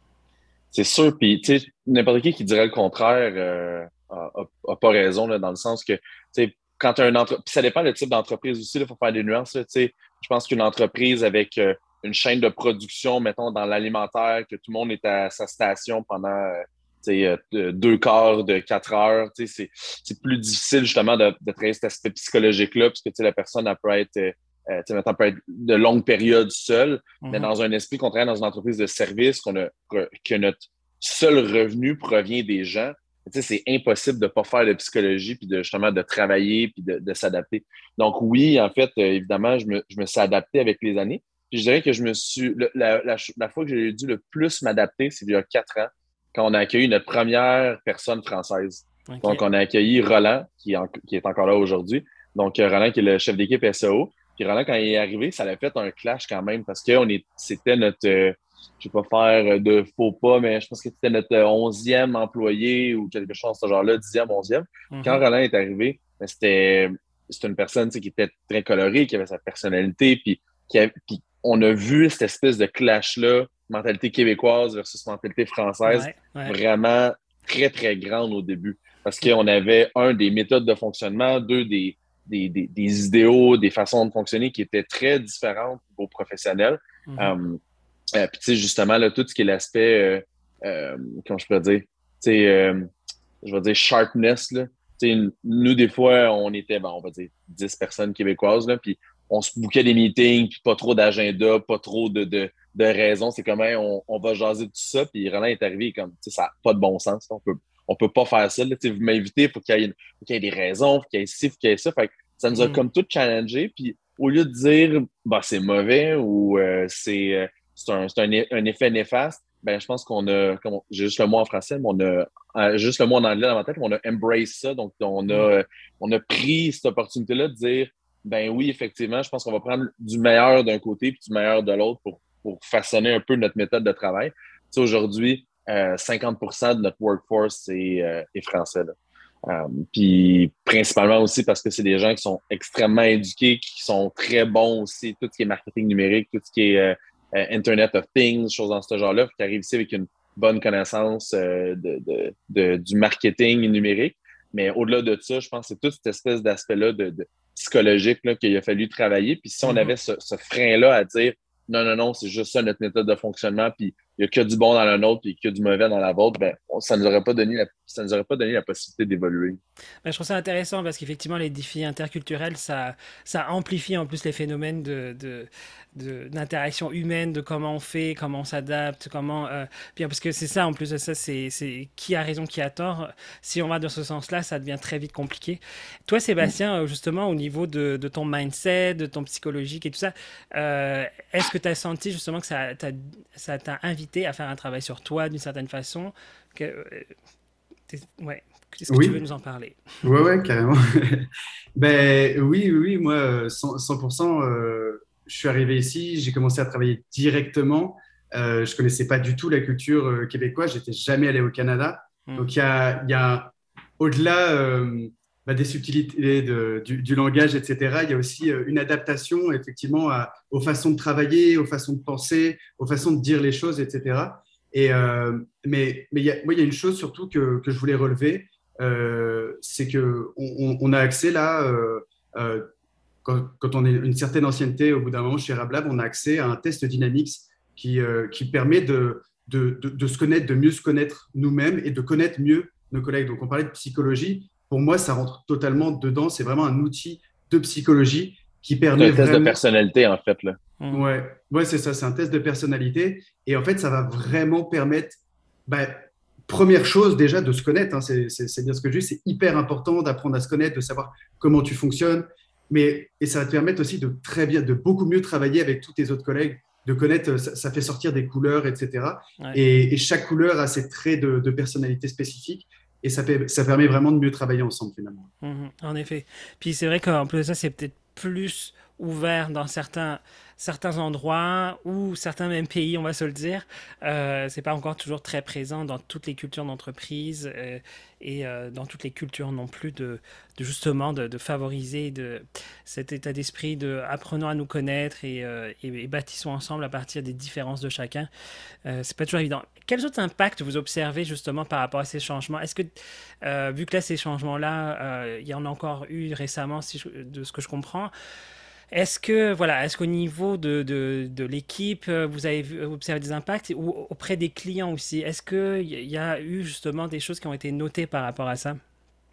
C'est sûr, puis tu sais, n'importe qui qui dirait le contraire euh, a, a- a pas raison, là, dans le sens que, tu sais, quand tu as une entreprise, puis ça dépend le type d'entreprise aussi, il faut faire des nuances, là, tu sais. Je pense qu'une entreprise avec euh, une chaîne de production, mettons, dans l'alimentaire, que tout le monde est à sa station pendant euh, tu sais, euh, deux quarts de quatre heures, tu sais, c'est, c'est plus difficile justement de, de travailler cet aspect psychologique-là, parce que tu sais, la personne, elle peut être, euh, euh, tu sais, mettons, peut être de longues périodes seule, mais Mhm. dans un esprit qu'on travaille dans une entreprise de service, qu'on a, que notre seul revenu provient des gens, tu sais, c'est impossible de ne pas faire de psychologie puis de justement de travailler puis de, de s'adapter. Donc oui, en fait, euh, évidemment, je me, je me suis adapté avec les années. Puis je dirais que je me suis. Le- la, la, la fois que j'ai dû le plus m'adapter, c'est il y a quatre ans, quand on a accueilli notre première personne française. Donc, OK. on a accueilli Roland, qui est, en- qui est encore là aujourd'hui. Donc, euh, Roland, qui est le chef d'équipe S E O. Puis Roland, quand il est arrivé, ça a fait un clash quand même parce que on est, c'était notre. euh, je ne vais pas faire de faux pas, mais je pense que c'était notre onzième employé ou quelque chose de ce genre-là, dixième, onzième. Quand Mhm. Roland est arrivé, ben, c'était, c'était une personne tu sais, qui était très colorée, qui avait sa personnalité, puis, qui avait- puis on a vu cette espèce de clash-là, mentalité québécoise versus mentalité française, Ouais, ouais. vraiment très, très grande au début. Parce qu'on avait, un, des méthodes de fonctionnement, deux, des, des, des, des idéaux, des façons de fonctionner qui étaient très différentes aux professionnels. Mhm. Um, euh, Puis, tu sais, justement, là, tout ce qui est l'aspect, euh, euh, comment je peux dire, tu sais, euh, je vais dire sharpness, là. Tu sais, nous, des fois, on était, ben, on va dire, dix personnes québécoises, là, puis on se bouquait des meetings, puis pas trop d'agenda, pas trop de, de, de raisons. C'est comme, hey, on, on va jaser de tout ça, puis Roland est arrivé comme, tu sais, ça n'a pas de bon sens. On peut, on peut pas faire ça, là. Tu sais, vous m'invitez, il faut qu'il y ait, une- faut qu'il y ait des raisons, faut qu'il y ait ci, faut qu'il y ait ça. Fait que ça nous a Mhm. comme tout challengé, puis au lieu de dire, bah, c'est mauvais ou euh, c'est euh, c'est un, c'est un, un effet néfaste, ben, je pense qu'on a, comme on- j'ai juste le mot en français, mais on a euh, juste le mot en anglais dans ma tête, mais on a embrace ça. Donc, on a, Mhm. euh, on a pris cette opportunité-là de dire, ben oui, effectivement, je pense qu'on va prendre du meilleur d'un côté puis du meilleur de l'autre pour, pour façonner un peu notre méthode de travail. Tu sais, aujourd'hui, euh, cinquante pour cent de notre workforce est, euh, est français, là. Euh, puis principalement aussi parce que c'est des gens qui sont extrêmement éduqués, qui sont très bons aussi, tout ce qui est marketing numérique, tout ce qui est euh, euh, Internet of Things, choses dans ce genre-là, qui arrivent ici avec une, bonne connaissance euh, de, de, de, du marketing numérique. Mais au-delà de ça, je pense que c'est toute cette espèce d'aspect-là de, de psychologique là, qu'il a fallu travailler. Puis si on avait ce, ce frein-là à dire non, non, non, c'est juste ça notre méthode de fonctionnement, puis il n'y a que du bon dans la nôtre, puis que du mauvais dans la vôtre, ben, ça ne nous aurait pas donné la, ça nous aurait pas donné la possibilité d'évoluer. Ben, je trouve ça intéressant parce qu'effectivement, les défis interculturels, ça, ça amplifie en plus les phénomènes de, de, de- d'interaction humaine, de comment on fait, comment on s'adapte, comment. Euh, puis, parce que c'est ça, en plus de ça, c'est, c'est qui a raison, qui a tort. Si on va dans ce sens-là, ça devient très vite compliqué. Toi, Sébastien, euh, justement, au niveau de, de ton mindset, de ton psychologique et tout ça, euh, est-ce que tu as senti justement que ça t'a, ça t'a invité à faire un travail sur toi d'une certaine façon que, euh, t'es- ouais. Est-ce que tu veux Oui, nous en parler? ouais, ouais, carrément. Ben oui, oui, oui, moi, euh, cent, cent pour cent, euh, je suis arrivé ici, j'ai commencé à travailler directement. Euh, je connaissais pas du tout la culture euh, québécoise, j'étais jamais allé au Canada. Hmm. Donc il y a, il y a au-delà euh, bah, des subtilités de- du, du langage, et cetera, il y a aussi euh, une adaptation effectivement à- aux façons de travailler, aux façons de penser, aux façons de dire les choses, et cetera. Et, euh, mais mais il y a, moi, il y a une chose surtout que, que je voulais relever, euh, c'est que on, on a accès là, euh, euh, quand, quand on a une certaine ancienneté, au bout d'un moment chez Rablab, on a accès à un test Dynamics qui, euh, qui permet de, de, de, de se connaître, de mieux se connaître nous-mêmes et de connaître mieux nos collègues. Donc on parlait de psychologie. Pour moi, ça rentre totalement dedans. C'est vraiment un outil de psychologie qui C'est permet un test de vraiment. personnalité, en fait, là. Hmm. Ouais, ouais, c'est ça, c'est un test de personnalité. Et en fait, ça va vraiment permettre, bah, première chose déjà, de se connaître, hein, c'est c'est- c'est bien ce que je dis, c'est hyper important d'apprendre à se connaître, de savoir comment tu fonctionnes. Mais, et ça va te permettre aussi de très bien, de beaucoup mieux travailler avec tous tes autres collègues, de connaître, ça, ça fait sortir des couleurs, et cetera. Ouais. Et, et chaque couleur a ses traits de, de personnalité spécifiques. Et ça, fait, ça permet vraiment de mieux travailler ensemble finalement. Mhm, en effet. Puis c'est vrai qu'en plus de ça, c'est peut-être plus ouvert dans certains, certains endroits ou certains même pays, on va se le dire. Euh, c'est pas encore toujours très présent dans toutes les cultures d'entreprise euh, et euh, dans toutes les cultures non plus de, de justement de, de favoriser de, cet état d'esprit de apprenons à nous connaître et, euh, et, et bâtissons ensemble à partir des différences de chacun. Euh, c'est pas toujours évident. Quels autres impacts vous observez justement par rapport à ces changements? Est-ce que, euh, vu que là, ces changements-là, euh, il y en a encore eu récemment, si je- de ce que je comprends, est-ce que, voilà, est-ce qu'au niveau de, de, de l'équipe, euh, vous avez vu- observé des impacts ou auprès des clients aussi? Est-ce qu'il y y a eu justement des choses qui ont été notées par rapport à ça?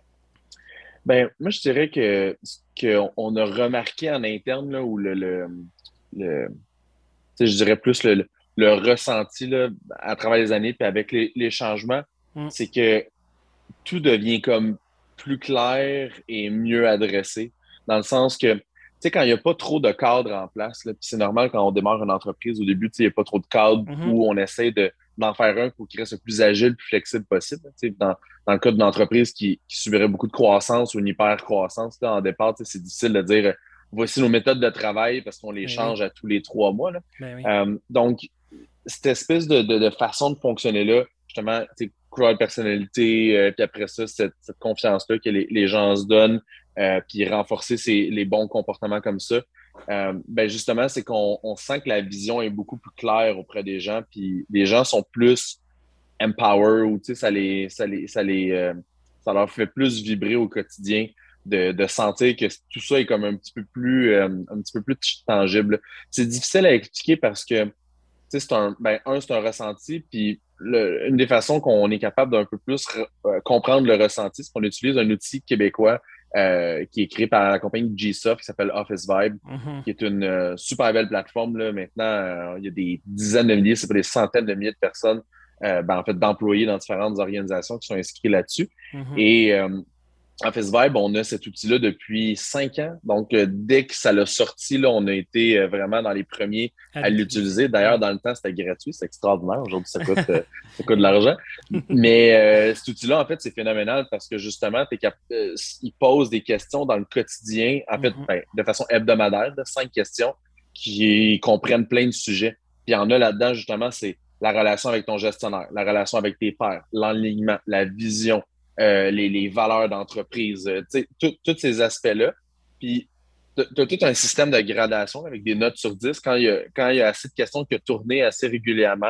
Ben, moi, je dirais que ce qu'on a remarqué en interne, là, où le, le, le- tu sais, je dirais plus le, le, le ressenti là, à travers les années, puis avec les, les changements, Mm. c'est que tout devient comme plus clair et mieux adressé. Dans le sens que, tu sais, quand il n'y a pas trop de cadre en place, là, puis c'est normal quand on démarre une entreprise, au début, tu sais, il n'y a pas trop de cadre Mhm. où on essaie de, d'en faire un pour qu'il reste le plus agile, le plus flexible possible. Tu sais, dans, dans le cas d'une entreprise qui, qui subirait beaucoup de croissance ou une hyper-croissance, là, en départ, tu sais, c'est difficile de dire euh, voici nos méthodes de travail parce qu'on les Ben oui, change à tous les trois mois. Là. ben oui. Euh, donc, cette espèce de, de, de façon de fonctionner-là, justement, tu sais, couleur de personnalité, euh, puis après ça, cette, cette confiance-là que les, les gens se donnent, euh, puis renforcer ces, les bons comportements comme ça, euh, ben justement, c'est qu'on on sent que la vision est beaucoup plus claire auprès des gens, puis les gens sont plus empower ou tu sais, ça les, ça les, ça les, euh, ça leur fait plus vibrer au quotidien de, de sentir que tout ça est comme un petit peu plus, euh, un petit peu plus tangible. C'est difficile à expliquer parce que tu sais, c'est un, ben, un, c'est un ressenti, puis le- une des façons qu'on est capable d'un peu plus re- euh, comprendre le ressenti, c'est qu'on utilise un outil québécois euh, qui est créé par la compagnie G-Soft qui s'appelle Office Vibe, Mhm. qui est une euh, super belle plateforme. Là. Maintenant, euh, il y a des dizaines de milliers, c'est pas des centaines de milliers de personnes, euh, ben, en fait, d'employés dans différentes organisations qui sont inscrits là-dessus. Mhm. Et euh, Office Vibe, on a cet outil-là depuis cinq ans. Donc, euh, dès que ça l'a sorti, là, on a été euh, vraiment dans les premiers À à l'utiliser. l'utiliser. Mm. D'ailleurs, dans le temps, c'était gratuit. C'est extraordinaire. Aujourd'hui, ça coûte, euh, ça coûte de l'argent. Mais euh, cet outil-là, en fait, c'est phénoménal parce que justement, t'es cap- euh, il pose des questions dans le quotidien, en fait, Mhm. ben, de façon hebdomadaire, de cinq questions qui comprennent plein de sujets. Puis il y en a là-dedans, justement, c'est la relation avec ton gestionnaire, la relation avec tes pairs, l'enlignement, la vision, euh, les, les valeurs d'entreprise, euh, tu sais, tout- tous ces aspects-là. Puis, tu as tout un système de gradation avec des notes sur dix. Quand il y a, quand il y a assez de questions qui ont tourné assez régulièrement,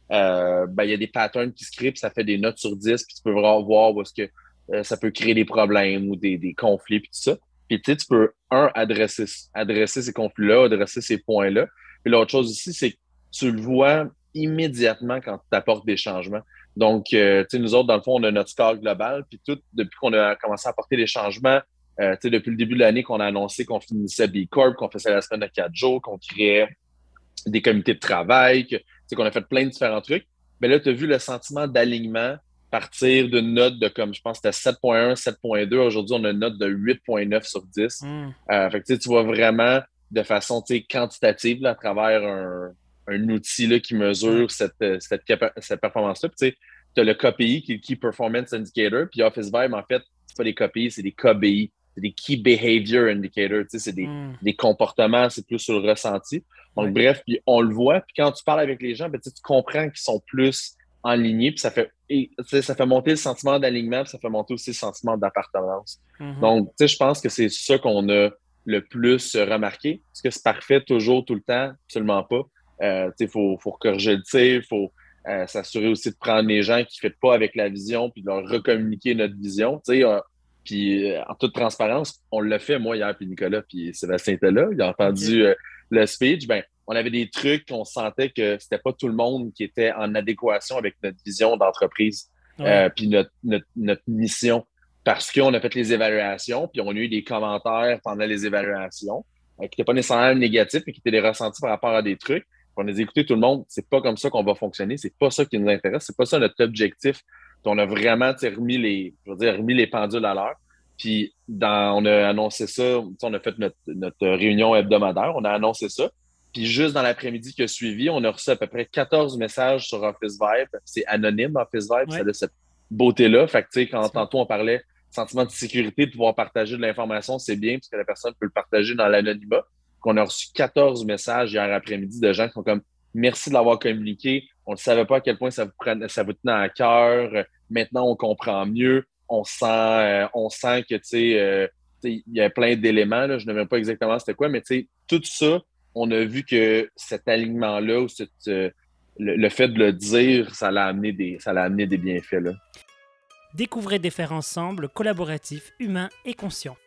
euh, ben, il y a des patterns qui se créent, puis ça fait des notes sur dix, puis tu peux vraiment voir où est-ce que euh, ça peut créer des problèmes ou des, des conflits, puis tout ça. Puis tu sais, tu peux, un, adresser, adresser ces conflits-là, adresser ces points-là. Puis l'autre chose aussi, c'est que tu le vois immédiatement quand tu apportes des changements. Donc, euh, tu sais, nous autres, dans le fond, on a notre score global, puis tout, depuis qu'on a commencé à apporter des changements, euh, tu sais, depuis le début de l'année qu'on a annoncé qu'on finissait B Corp, qu'on faisait la semaine de quatre jours, qu'on créait des comités de travail, que, tu sais, qu'on a fait plein de différents trucs. Mais là, tu as vu le sentiment d'alignement partir d'une note de comme, je pense que c'était sept virgule un, sept virgule deux. Aujourd'hui, on a une note de huit virgule neuf sur dix. Mm. Euh, fait que, tu sais, tu vois vraiment de façon, tu sais, quantitative là, à travers un, un outil là, qui mesure cette, cette, cette performance-là. Puis, tu sais, tu as le K P I qui est le Key Performance Indicator. Puis Office Vibe, en fait, c'est pas des K P I, c'est des K B I. C'est des Key Behavior Indicators. Tu sais, c'est des, mm. des comportements, c'est plus sur le ressenti. Donc, ouais. bref, puis on le voit. Puis quand tu parles avec les gens, ben, tu comprends qu'ils sont plus alignés. Puis ça fait, et, ça fait monter le sentiment d'alignement. Puis ça fait monter aussi le sentiment d'appartenance. Mm-hmm. Donc, tu sais, je pense que c'est ça qu'on a le plus remarqué. Est-ce que c'est parfait toujours, tout le temps? Absolument pas. Euh, il faut, faut corriger le tir. Il faut euh, s'assurer aussi de prendre les gens qui ne fêtent pas avec la vision puis de leur recommuniquer notre vision. Tu sais, euh, puis euh, en toute transparence, on l'a fait, moi, hier, puis Nicolas, puis Sébastien était là. Il a entendu okay. euh, le speech. Ben, on avait des trucs qu'on sentait que c'était pas tout le monde qui était en adéquation avec notre vision d'entreprise, ouais. euh, puis notre, notre, notre mission. Parce qu'on a fait les évaluations, puis on a eu des commentaires pendant les évaluations euh, qui n'étaient pas nécessairement négatifs, mais qui étaient des ressentis par rapport à des trucs. Puis on a dit, écoutez, tout le monde, c'est pas comme ça qu'on va fonctionner, c'est pas ça qui nous intéresse, c'est pas ça notre objectif. Puis on a vraiment remis les, je veux dire, remis les pendules à l'heure. Puis dans, on a annoncé ça, on a fait notre, notre réunion hebdomadaire, on a annoncé ça. Puis juste dans l'après-midi qui a suivi, on a reçu à peu près quatorze messages sur Office Vibe. C'est anonyme, Office Vibe, ouais. Ça a cette beauté-là. Fait que tu sais, quand tantôt on parlait sentiment de sécurité, de pouvoir partager de l'information, c'est bien, puisque la personne peut le partager dans l'anonymat. On a reçu quatorze messages hier après-midi de gens qui sont comme « Merci de l'avoir communiqué. On ne savait pas à quel point ça vous, prenait, ça vous tenait à cœur. Maintenant, on comprend mieux. On sent, euh, on sent que, tu sais, euh, il y a plein d'éléments. Là, je ne sais même pas exactement c'était quoi, mais tu sais, tout ça, on a vu que cet alignement-là, ou cette, euh, le, le fait de le dire, ça l'a amené des, ça l'a amené des bienfaits, là. Découvrez des faire ensemble, collaboratifs, humains et conscients.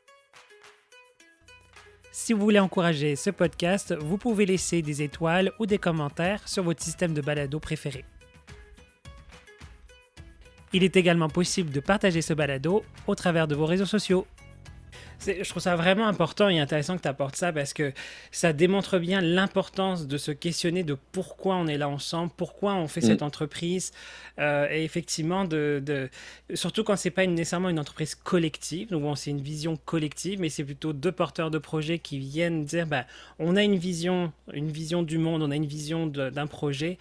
Si vous voulez encourager ce podcast, vous pouvez laisser des étoiles ou des commentaires sur votre système de balado préféré. Il est également possible de partager ce balado au travers de vos réseaux sociaux. C'est, je trouve ça vraiment important et intéressant que tu apportes ça parce que ça démontre bien l'importance de se questionner de pourquoi on est là ensemble, pourquoi on fait mmh. cette entreprise euh, et effectivement, de, de, surtout quand ce n'est pas une, nécessairement une entreprise collective, donc bon, c'est une vision collective, mais c'est plutôt deux porteurs de projets qui viennent dire bah, on a une vision, une vision du monde, on a une vision de, d'un projet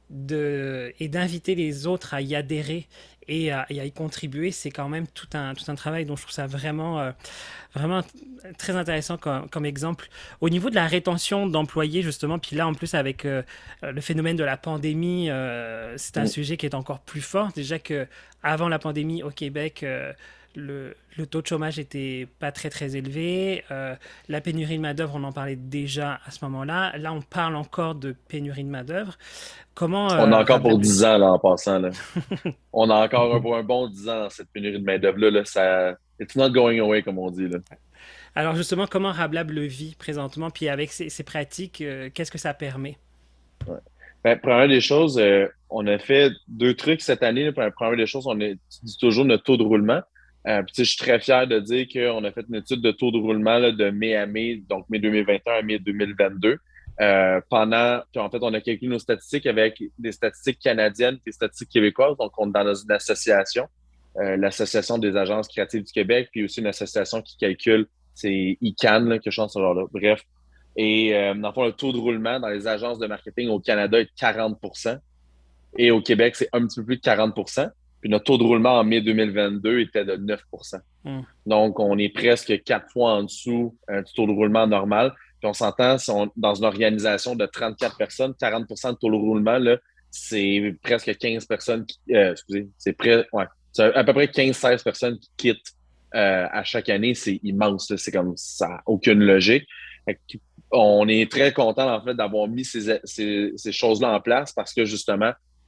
de, et d'inviter les autres à y adhérer et à, et à y contribuer, c'est quand même tout un, tout un travail dont je trouve ça vraiment, euh, vraiment très intéressant comme, comme exemple. Au niveau de la rétention d'employés, justement, puis là, en plus, avec euh, le phénomène de la pandémie, euh, c'est un mmh. sujet qui est encore plus fort. Déjà qu'avant la pandémie, au Québec, euh, le, le taux de chômage était pas très, très élevé. Euh, la pénurie de main-d'œuvre, on en parlait déjà à ce moment-là. Là, on parle encore de pénurie de main-d'œuvre. Comment, euh, on a encore pour dix ans, là, en passant. Là. On a encore un, pour un bon dix ans dans cette pénurie de main-d'œuvre-là. Là, ça... It's not going away, comme on dit. Là. Alors, justement, comment Rablab le vit présentement? Puis avec ses, ses pratiques, euh, qu'est-ce que ça permet? Ouais. Ben, première des choses, euh, on a fait deux trucs cette année. Là. Première des choses, on étudie toujours notre taux de roulement. Euh, puis, je suis très fier de dire qu'on a fait une étude de taux de roulement là, de mai à mai, donc mai deux mille vingt et un à mai deux mille vingt-deux. Euh, pendant, puis en fait, on a calculé nos statistiques avec des statistiques canadiennes et des statistiques québécoises. Donc, on est dans une association, euh, l'Association des agences créatives du Québec, puis aussi une association qui calcule, c'est I C A N, là, quelque chose de ce genre-là. Bref. Et euh, dans le fond, le taux de roulement dans les agences de marketing au Canada est de quarante pour cent. Et au Québec, c'est un petit peu plus de quarante pour cent. Puis notre taux de roulement en mai deux mille vingt-deux était de neuf pour cent. Mm. Donc, on est presque quatre fois en dessous euh, du taux de roulement normal. Puis on s'entend, si on, dans une organisation de trente-quatre personnes, quarante pour cent de taux de roulement, là, c'est presque quinze personnes qui... Euh, excusez, c'est, près, ouais, c'est à peu près quinze à seize personnes qui quittent euh, à chaque année. C'est immense. Là, c'est comme ça n'a aucune logique. On est très content en fait d'avoir mis ces, ces, ces choses-là en place parce que justement,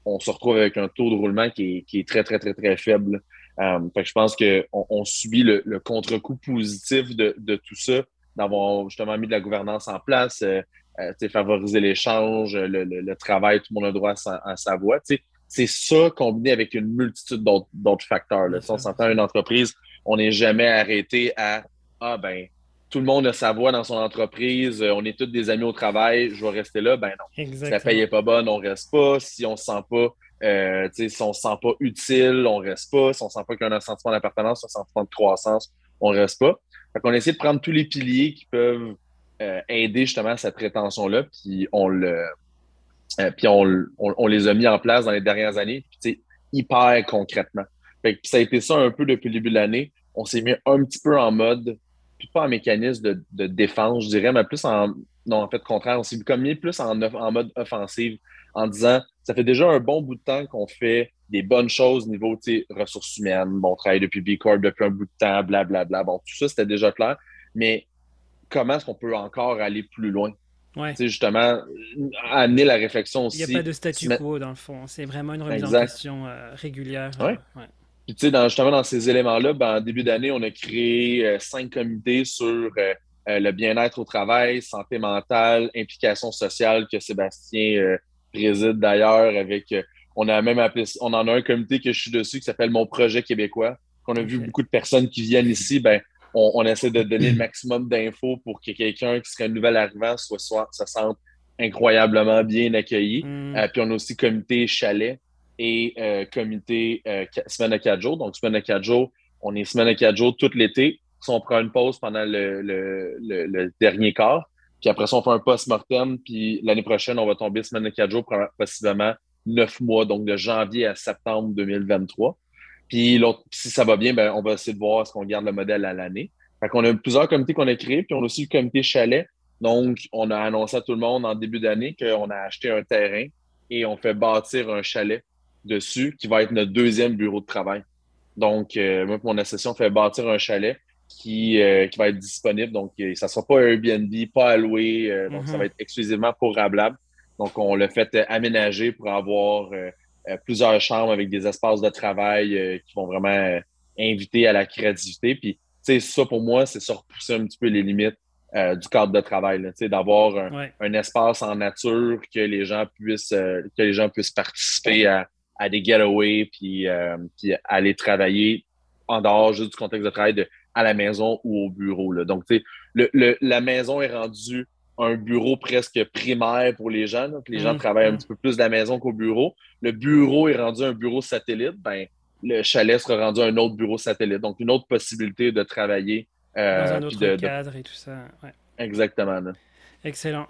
on se retrouve avec un taux de roulement qui est, qui est très, très, très, très faible. Euh, fait que je pense qu'on on subit le, le contre-coup positif de, de tout ça, d'avoir justement mis de la gouvernance en place, euh, euh, favoriser l'échange, le, le, le travail, tout le monde a droit à sa, à sa voix. T'sais, c'est ça combiné avec une multitude d'autres, d'autres facteurs. Là. Si on s'entend une entreprise, on n'est jamais arrêté à Ah ben, tout le monde a sa voix dans son entreprise, on est tous des amis au travail, je vais rester là. Ben non. Exactement. Si la paye n'est pas bonne, on reste pas. Si on ne se sent pas, euh, si on se sent pas utile, on reste pas. Si on ne sent pas qu'il y a un sentiment d'appartenance, un sentiment de croissance, on reste pas. Fait qu'on essaie de prendre tous les piliers qui peuvent euh, aider justement à cette rétention-là, puis on le euh, puis on, on, on, les a mis en place dans les dernières années, puis hyper concrètement. Fait que, ça a été ça un peu depuis le début de l'année. On s'est mis un petit peu en mode, puis pas en mécanisme de, de défense, je dirais, mais plus en, non, en fait, contraire, on s'est mis plus en, en mode offensive, en disant, ça fait déjà un bon bout de temps qu'on fait des bonnes choses au niveau, tu sais, ressources humaines, bon, on travaille depuis B Corp depuis un bout de temps, blablabla. Bla, bla. Bon, tout ça, c'était déjà clair, mais comment est-ce qu'on peut encore aller plus loin? Ouais. Tu sais, justement, amener la réflexion aussi. Il n'y a pas de statu quo, dans le fond. C'est vraiment une remise exact. en question euh, régulière. Ouais. Euh, ouais. Puis, tu sais, dans, justement, dans ces éléments-là, ben, en début d'année, on a créé euh, cinq comités sur euh, euh, le bien-être au travail, santé mentale, implication sociale que Sébastien euh, préside d'ailleurs avec... Euh, on a même appelé... On en a un comité que je suis dessus qui s'appelle Mon Projet québécois, qu'on a okay. vu beaucoup de personnes qui viennent ici, ben On, on essaie de donner le maximum d'infos pour que quelqu'un qui serait un nouvel arrivant soit, soit, se sente incroyablement bien accueilli. Mm. Euh, puis on a aussi comité chalet et euh, comité euh, semaine de quatre jours. Donc, semaine de quatre jours, on est semaine de quatre jours tout l'été. Si on prend une pause pendant le, le, le, le dernier quart, puis après ça, on fait un post-mortem, puis l'année prochaine, on va tomber semaine de quatre jours, possiblement neuf mois, donc de janvier à septembre deux mille vingt-trois. Puis l'autre, si ça va bien, ben, on va essayer de voir est-ce qu'on garde le modèle à l'année. Fait qu'on a plusieurs comités qu'on a créés, puis on a aussi le comité chalet. Donc, on a annoncé à tout le monde en début d'année qu'on a acheté un terrain et on fait bâtir un chalet dessus qui va être notre deuxième bureau de travail. Donc, euh, moi et mon associé, on fait bâtir un chalet qui, euh, qui va être disponible. Donc, euh, ça ne sera pas Airbnb, pas alloué. Euh, donc, mm-hmm. ça va être exclusivement pour Rablab. Donc, on l'a fait euh, aménager pour avoir... Euh, Euh, plusieurs chambres avec des espaces de travail euh, qui vont vraiment euh, inviter à la créativité. Puis, tu sais, ça, pour moi, c'est ça repousser un petit peu les limites euh, du cadre de travail. Tu sais, d'avoir un, ouais. un espace en nature que les gens puissent, euh, que les gens puissent participer à, à des getaways puis, euh, puis aller travailler en dehors juste du contexte de travail de, à la maison ou au bureau. Là. Donc, tu sais, le, le, la maison est rendue un bureau presque primaire pour les gens. Donc, les gens mmh, travaillent mmh. un petit peu plus de la maison qu'au bureau. Le bureau est rendu un bureau satellite. Ben, le chalet sera rendu un autre bureau satellite. Donc, une autre possibilité de travailler. Euh, Dans un autre de, cadre de... et tout ça. Ouais. Exactement. Là. Excellent.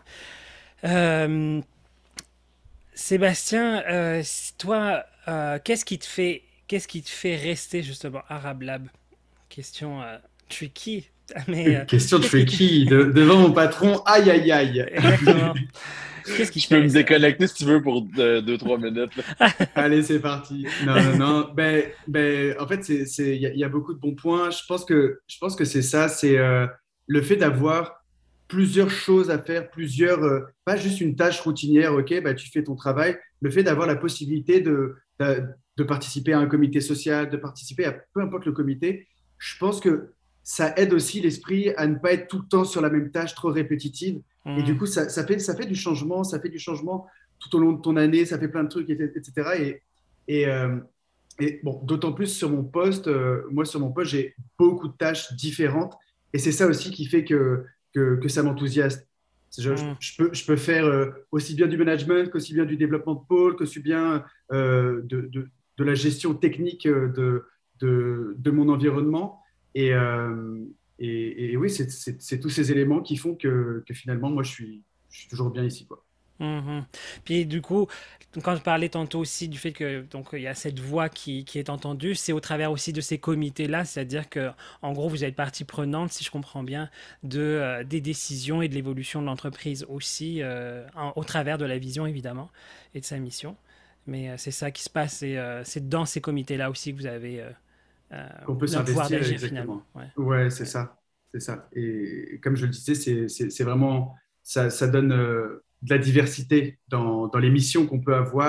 Euh, Sébastien, euh, toi, euh, qu'est-ce qui te fait, qu'est-ce qui te fait rester justement à Rablab? Question euh, tricky. Mais, euh, question tricky de, devant mon patron, aïe aïe aïe. Exactement. Qu'est-ce qui je peux me déconnecter si tu veux pour deux trois minutes. Allez, c'est parti. Non, non, non. Ben, ben, en fait, c'est, c'est, y, y a beaucoup de bons points. Je pense que, je pense que c'est ça, c'est euh, le fait d'avoir plusieurs choses à faire, plusieurs, euh, pas juste une tâche routinière. Ok, bah, tu fais ton travail. Le fait d'avoir la possibilité de, de, de participer à un comité social, de participer à peu importe le comité. Je pense que ça aide aussi l'esprit à ne pas être tout le temps sur la même tâche trop répétitive. Mmh. Et du coup, ça, ça, fait, ça fait du changement, ça fait du changement tout au long de ton année, ça fait plein de trucs, et cetera. Et, et, euh, et bon, d'autant plus sur mon poste, euh, moi sur mon poste, j'ai beaucoup de tâches différentes. Et c'est ça aussi qui fait que, que, que ça m'enthousiasme. Je, mmh. je, je, peux, je peux faire euh, aussi bien du management qu'aussi bien du développement de pôle, qu'aussi bien euh, de, de, de la gestion technique de, de, de mon environnement. Et, euh, et, et oui, c'est, c'est, c'est tous ces éléments qui font que, que finalement, moi, je suis, je suis toujours bien ici, quoi. Mmh. Puis du coup, quand je parlais tantôt aussi du fait que donc il y a cette voix qui, qui est entendue, c'est au travers aussi de ces comités-là, c'est-à-dire que en gros, vous êtes partie prenante, si je comprends bien, de euh, des décisions et de l'évolution de l'entreprise aussi, euh, en, au travers de la vision évidemment et de sa mission. Mais euh, c'est ça qui se passe, et euh, c'est dans ces comités-là aussi que vous avez euh, Euh, qu'on peut s'investir, exactement. Ouais, ouais c'est ouais. ça, c'est ça. Et comme je le disais, c'est, c'est, c'est vraiment, ça, ça donne euh, de la diversité dans, dans les missions qu'on peut avoir, et,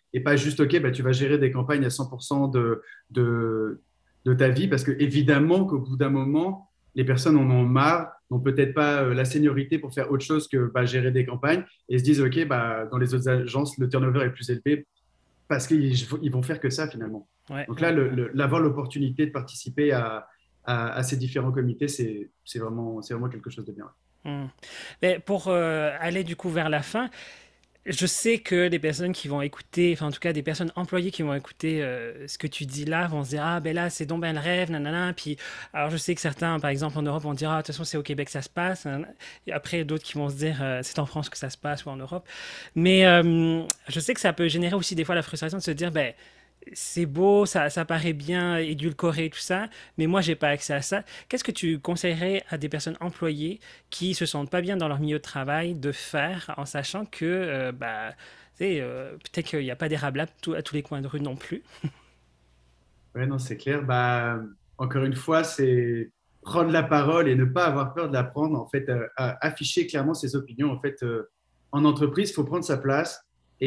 et pas juste, OK, bah, tu vas gérer des campagnes à cent pour cent de, de, de ta vie, parce que évidemment qu'au bout d'un moment, les personnes en ont marre, n'ont peut-être pas euh, la seniorité pour faire autre chose que bah, gérer des campagnes et se disent, OK, bah, dans les autres agences, le turnover est plus élevé parce qu'ils ils vont faire que ça finalement. Ouais, Donc là, ouais, le, ouais. le, l'avoir l'opportunité de participer à, à, à ces différents comités, c'est, c'est vraiment, c'est vraiment quelque chose de bien. Hmm. Mais pour euh, aller du coup vers la fin, je sais que des personnes qui vont écouter, enfin en tout cas des personnes employées qui vont écouter euh, ce que tu dis là, vont se dire ah ben là c'est donc ben le rêve, nanana. Puis alors je sais que certains, par exemple en Europe, vont dire ah de toute façon c'est au Québec que ça se passe. Nanana. Et après d'autres qui vont se dire euh, c'est en France que ça se passe ou en Europe. Mais euh, je sais que ça peut générer aussi des fois la frustration de se dire ben c'est beau, ça, ça paraît bien édulcoré, tout ça, mais moi, j'ai pas accès à ça. Qu'est-ce que tu conseillerais à des personnes employées qui se sentent pas bien dans leur milieu de travail de faire en sachant que, euh, bah, tu sais, euh, peut-être qu'il n'y a pas d'érable à, tout- à tous les coins de rue non plus. Ouais, non, c'est clair. Bah, encore une fois, c'est prendre la parole et ne pas avoir peur de la prendre. En fait, euh, à- afficher clairement ses opinions. En fait, euh, en entreprise, il faut prendre sa place.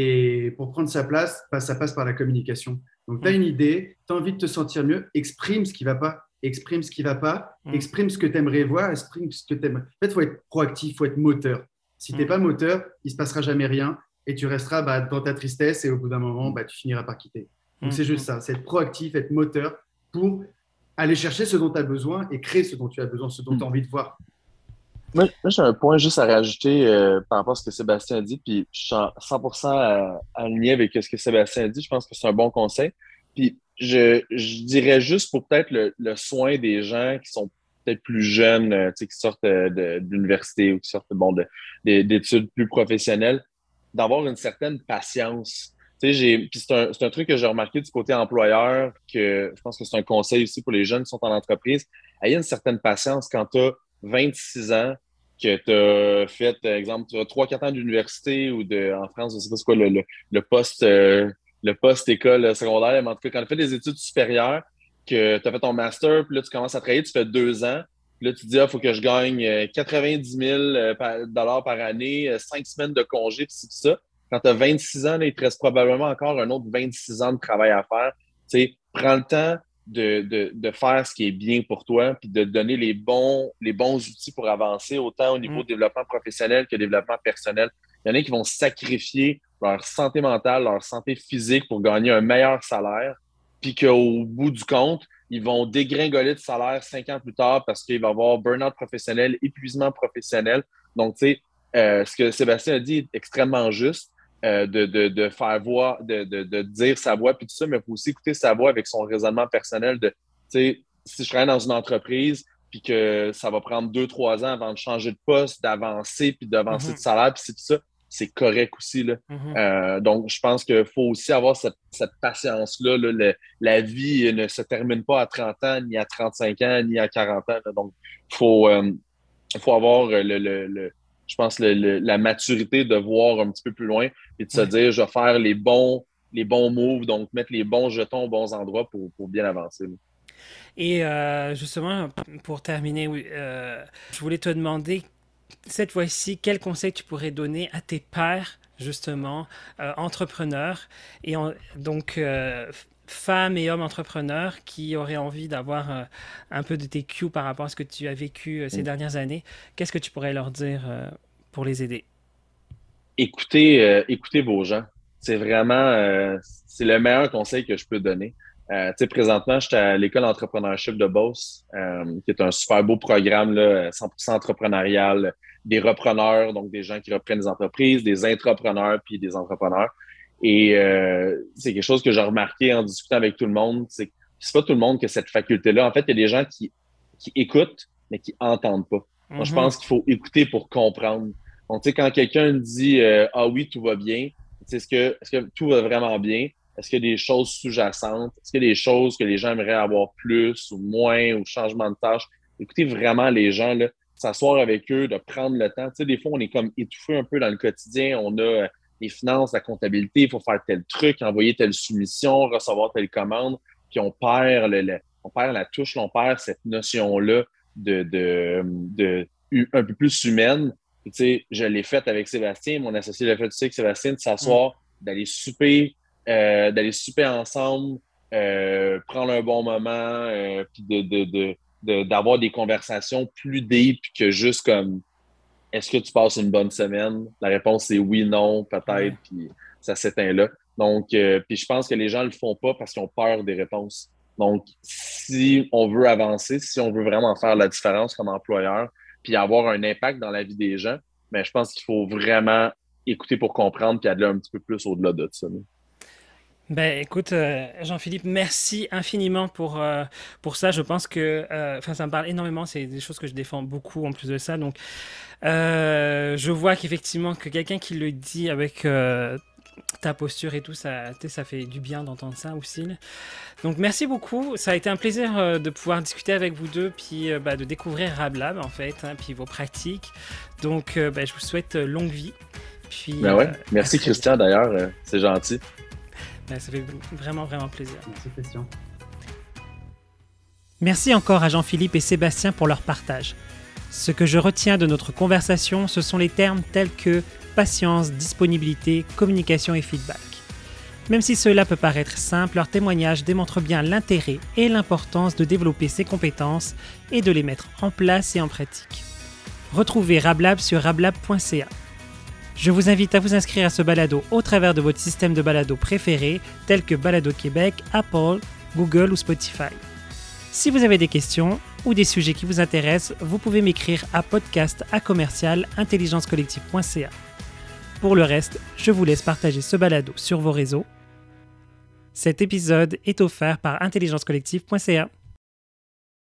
Et pour prendre sa place, bah, ça passe par la communication. Donc, tu as Mm, une idée, tu as envie de te sentir mieux, exprime ce qui ne va pas. Exprime ce qui ne va pas, mm, exprime ce que tu aimerais voir, exprime ce que tu aimes. En fait, il faut être proactif, il faut être moteur. Si tu n'es mm, pas moteur, il ne se passera jamais rien et tu resteras bah, dans ta tristesse et au bout d'un moment, bah, tu finiras par quitter. Donc, mm, c'est juste mm. ça, c'est être proactif, être moteur pour aller chercher ce dont tu as besoin et créer ce dont tu as besoin, ce dont tu as envie de voir. Moi, moi, j'ai un point juste à rajouter euh, par rapport à ce que Sébastien a dit, puis je suis en cent pour cent à- aligné avec ce que Sébastien a dit. Je pense que c'est un bon conseil. Puis je, je dirais juste pour peut-être le, le soin des gens qui sont peut-être plus jeunes, euh, tu sais, qui sortent euh, de, de l'université ou qui sortent bon, de, de- d'études plus professionnelles, d'avoir une certaine patience. Tu sais, j'ai, puis c'est un, c'est un truc que j'ai remarqué du côté employeur, que je pense que c'est un conseil aussi pour les jeunes qui sont en entreprise. Ayez une certaine patience quand tu as vingt-six ans, que tu as fait, par exemple, tu as trois quatre ans d'université ou de, en France, je sais pas c'est quoi, le, le, le poste, euh, le poste école secondaire, mais en tout cas, quand tu as fait des études supérieures, que tu as fait ton master, puis là, tu commences à travailler, tu fais deux ans, puis là, tu te dis, il ah, faut que je gagne euh, quatre-vingt-dix mille euh, par, dollars par année, euh, cinq semaines de congé, puis c'est tout ça. Quand tu as vingt-six ans, là, il te reste probablement encore un autre vingt-six ans de travail à faire. Tu sais, prends le temps de, de, de faire ce qui est bien pour toi, puis de donner les bons, les bons outils pour avancer, autant au niveau Mm. développement professionnel que développement personnel. Il y en a qui vont sacrifier leur santé mentale, leur santé physique pour gagner un meilleur salaire, puis qu'au bout du compte, ils vont dégringoler de salaire cinq ans plus tard parce qu'il va y avoir burn-out professionnel, épuisement professionnel. Donc, tu sais, euh, ce que Sébastien a dit est extrêmement juste. Euh, de, de, de faire voir, de, de, de dire sa voix, puis tout ça, mais il faut aussi écouter sa voix avec son raisonnement personnel de, tu sais, si je travaille dans une entreprise, puis que ça va prendre deux, trois ans avant de changer de poste, d'avancer, puis d'avancer de Mhm, salaire, puis c'est tout ça, c'est correct aussi, là. mhm. Euh, donc, je pense qu'il faut aussi avoir cette, cette patience-là. Là. Le, la vie ne se termine pas à trente ans, ni à trente-cinq ans, ni à quarante ans. Là. Donc, il faut, euh, faut avoir le, le, le je pense, le, le, la maturité de voir un petit peu plus loin et de se Ouais. dire, je vais faire les bons, les bons moves, donc mettre les bons jetons aux bons endroits pour, pour bien avancer. Là. Et euh, justement, pour terminer, oui, euh, je voulais te demander cette fois-ci, quel conseil tu pourrais donner à tes pairs, justement, euh, entrepreneurs, et en- donc euh, femmes et hommes entrepreneurs qui auraient envie d'avoir euh, un peu de tes cues par rapport à ce que tu as vécu euh, ces Mm. dernières années? Qu'est-ce que tu pourrais leur dire euh, pour les aider? Écoutez, euh, écoutez vos gens. C'est vraiment, euh, c'est le meilleur conseil que je peux donner. Euh, tu sais, présentement, j'étais à l'école d'entrepreneurship de Beauce, euh, qui est un super beau programme, là, cent pour cent entrepreneurial, des repreneurs, donc des gens qui reprennent des entreprises, des intrapreneurs, puis des entrepreneurs. Et euh, c'est quelque chose que j'ai remarqué en discutant avec tout le monde, c'est que c'est pas tout le monde qui a cette faculté-là. En fait, il y a des gens qui, qui écoutent, mais qui entendent pas. Donc, je Mhm, pense qu'il faut écouter pour comprendre. Donc, tu sais, quand quelqu'un dit euh, ah oui, tout va bien, est-ce que, est-ce que tout va vraiment bien? Est-ce qu'il y a des choses sous-jacentes? Est-ce qu'il y a des choses que les gens aimeraient avoir plus ou moins ou changement de tâche? Écoutez vraiment les gens, là, s'asseoir avec eux, de prendre le temps. Tu sais, des fois, on est comme étouffé un peu dans le quotidien. On a euh, les finances, la comptabilité, il faut faire tel truc, envoyer telle soumission, recevoir telle commande, puis on perd, le, le- on perd la touche, on perd cette notion-là de, de, de, de un peu plus humaine. Puis, tu sais, je l'ai fait avec Sébastien, mon associé l'a fait aussi avec Sébastien, de mhm, s'asseoir, d'aller souper, euh, d'aller souper ensemble, euh, prendre un bon moment, euh, puis de, de, de, de, d'avoir des conversations plus deep que juste comme est-ce que tu passes une bonne semaine? La réponse est oui, non, peut-être, Ouais. puis ça s'éteint là. Donc, euh, puis je pense que les gens le font pas parce qu'ils ont peur des réponses. Donc, si on veut avancer, si on veut vraiment faire la différence comme employeur, puis avoir un impact dans la vie des gens, ben, je pense qu'il faut vraiment écouter pour comprendre, puis aller un petit peu plus au-delà de ça. Ben, écoute, euh, Jean-Philippe, merci infiniment pour, euh, pour ça. Je pense que euh, enfin, ça me parle énormément. C'est des choses que je défends beaucoup en plus de ça. Donc, euh, je vois qu'effectivement, que quelqu'un qui le dit avec euh, ta posture et tout, ça, tu sais, ça fait du bien d'entendre ça aussi. Donc, merci beaucoup. Ça a été un plaisir euh, de pouvoir discuter avec vous deux, puis euh, bah, de découvrir Rablab, en fait, hein, puis vos pratiques. Donc, euh, bah, je vous souhaite euh, longue vie. Puis, Ben euh, ouais. Merci, à très Christian, bientôt. d'ailleurs. euh, c'est gentil. Ben, ça fait vraiment, vraiment plaisir. Merci, Christian. Merci encore à Jean-Philippe et Sébastien pour leur partage. Ce que je retiens de notre conversation, ce sont les termes tels que patience, disponibilité, communication et feedback. Même si cela peut paraître simple, leur témoignage démontre bien l'intérêt et l'importance de développer ces compétences et de les mettre en place et en pratique. Retrouvez Rablab sur rablab point c a. Je vous invite à vous inscrire à ce balado au travers de votre système de balado préféré, tels que Balado Québec, Apple, Google ou Spotify. Si vous avez des questions ou des sujets qui vous intéressent, vous pouvez m'écrire à podcast à commercial intelligence collective point c a. Pour le reste, je vous laisse partager ce balado sur vos réseaux. Cet épisode est offert par intelligence collective point c a.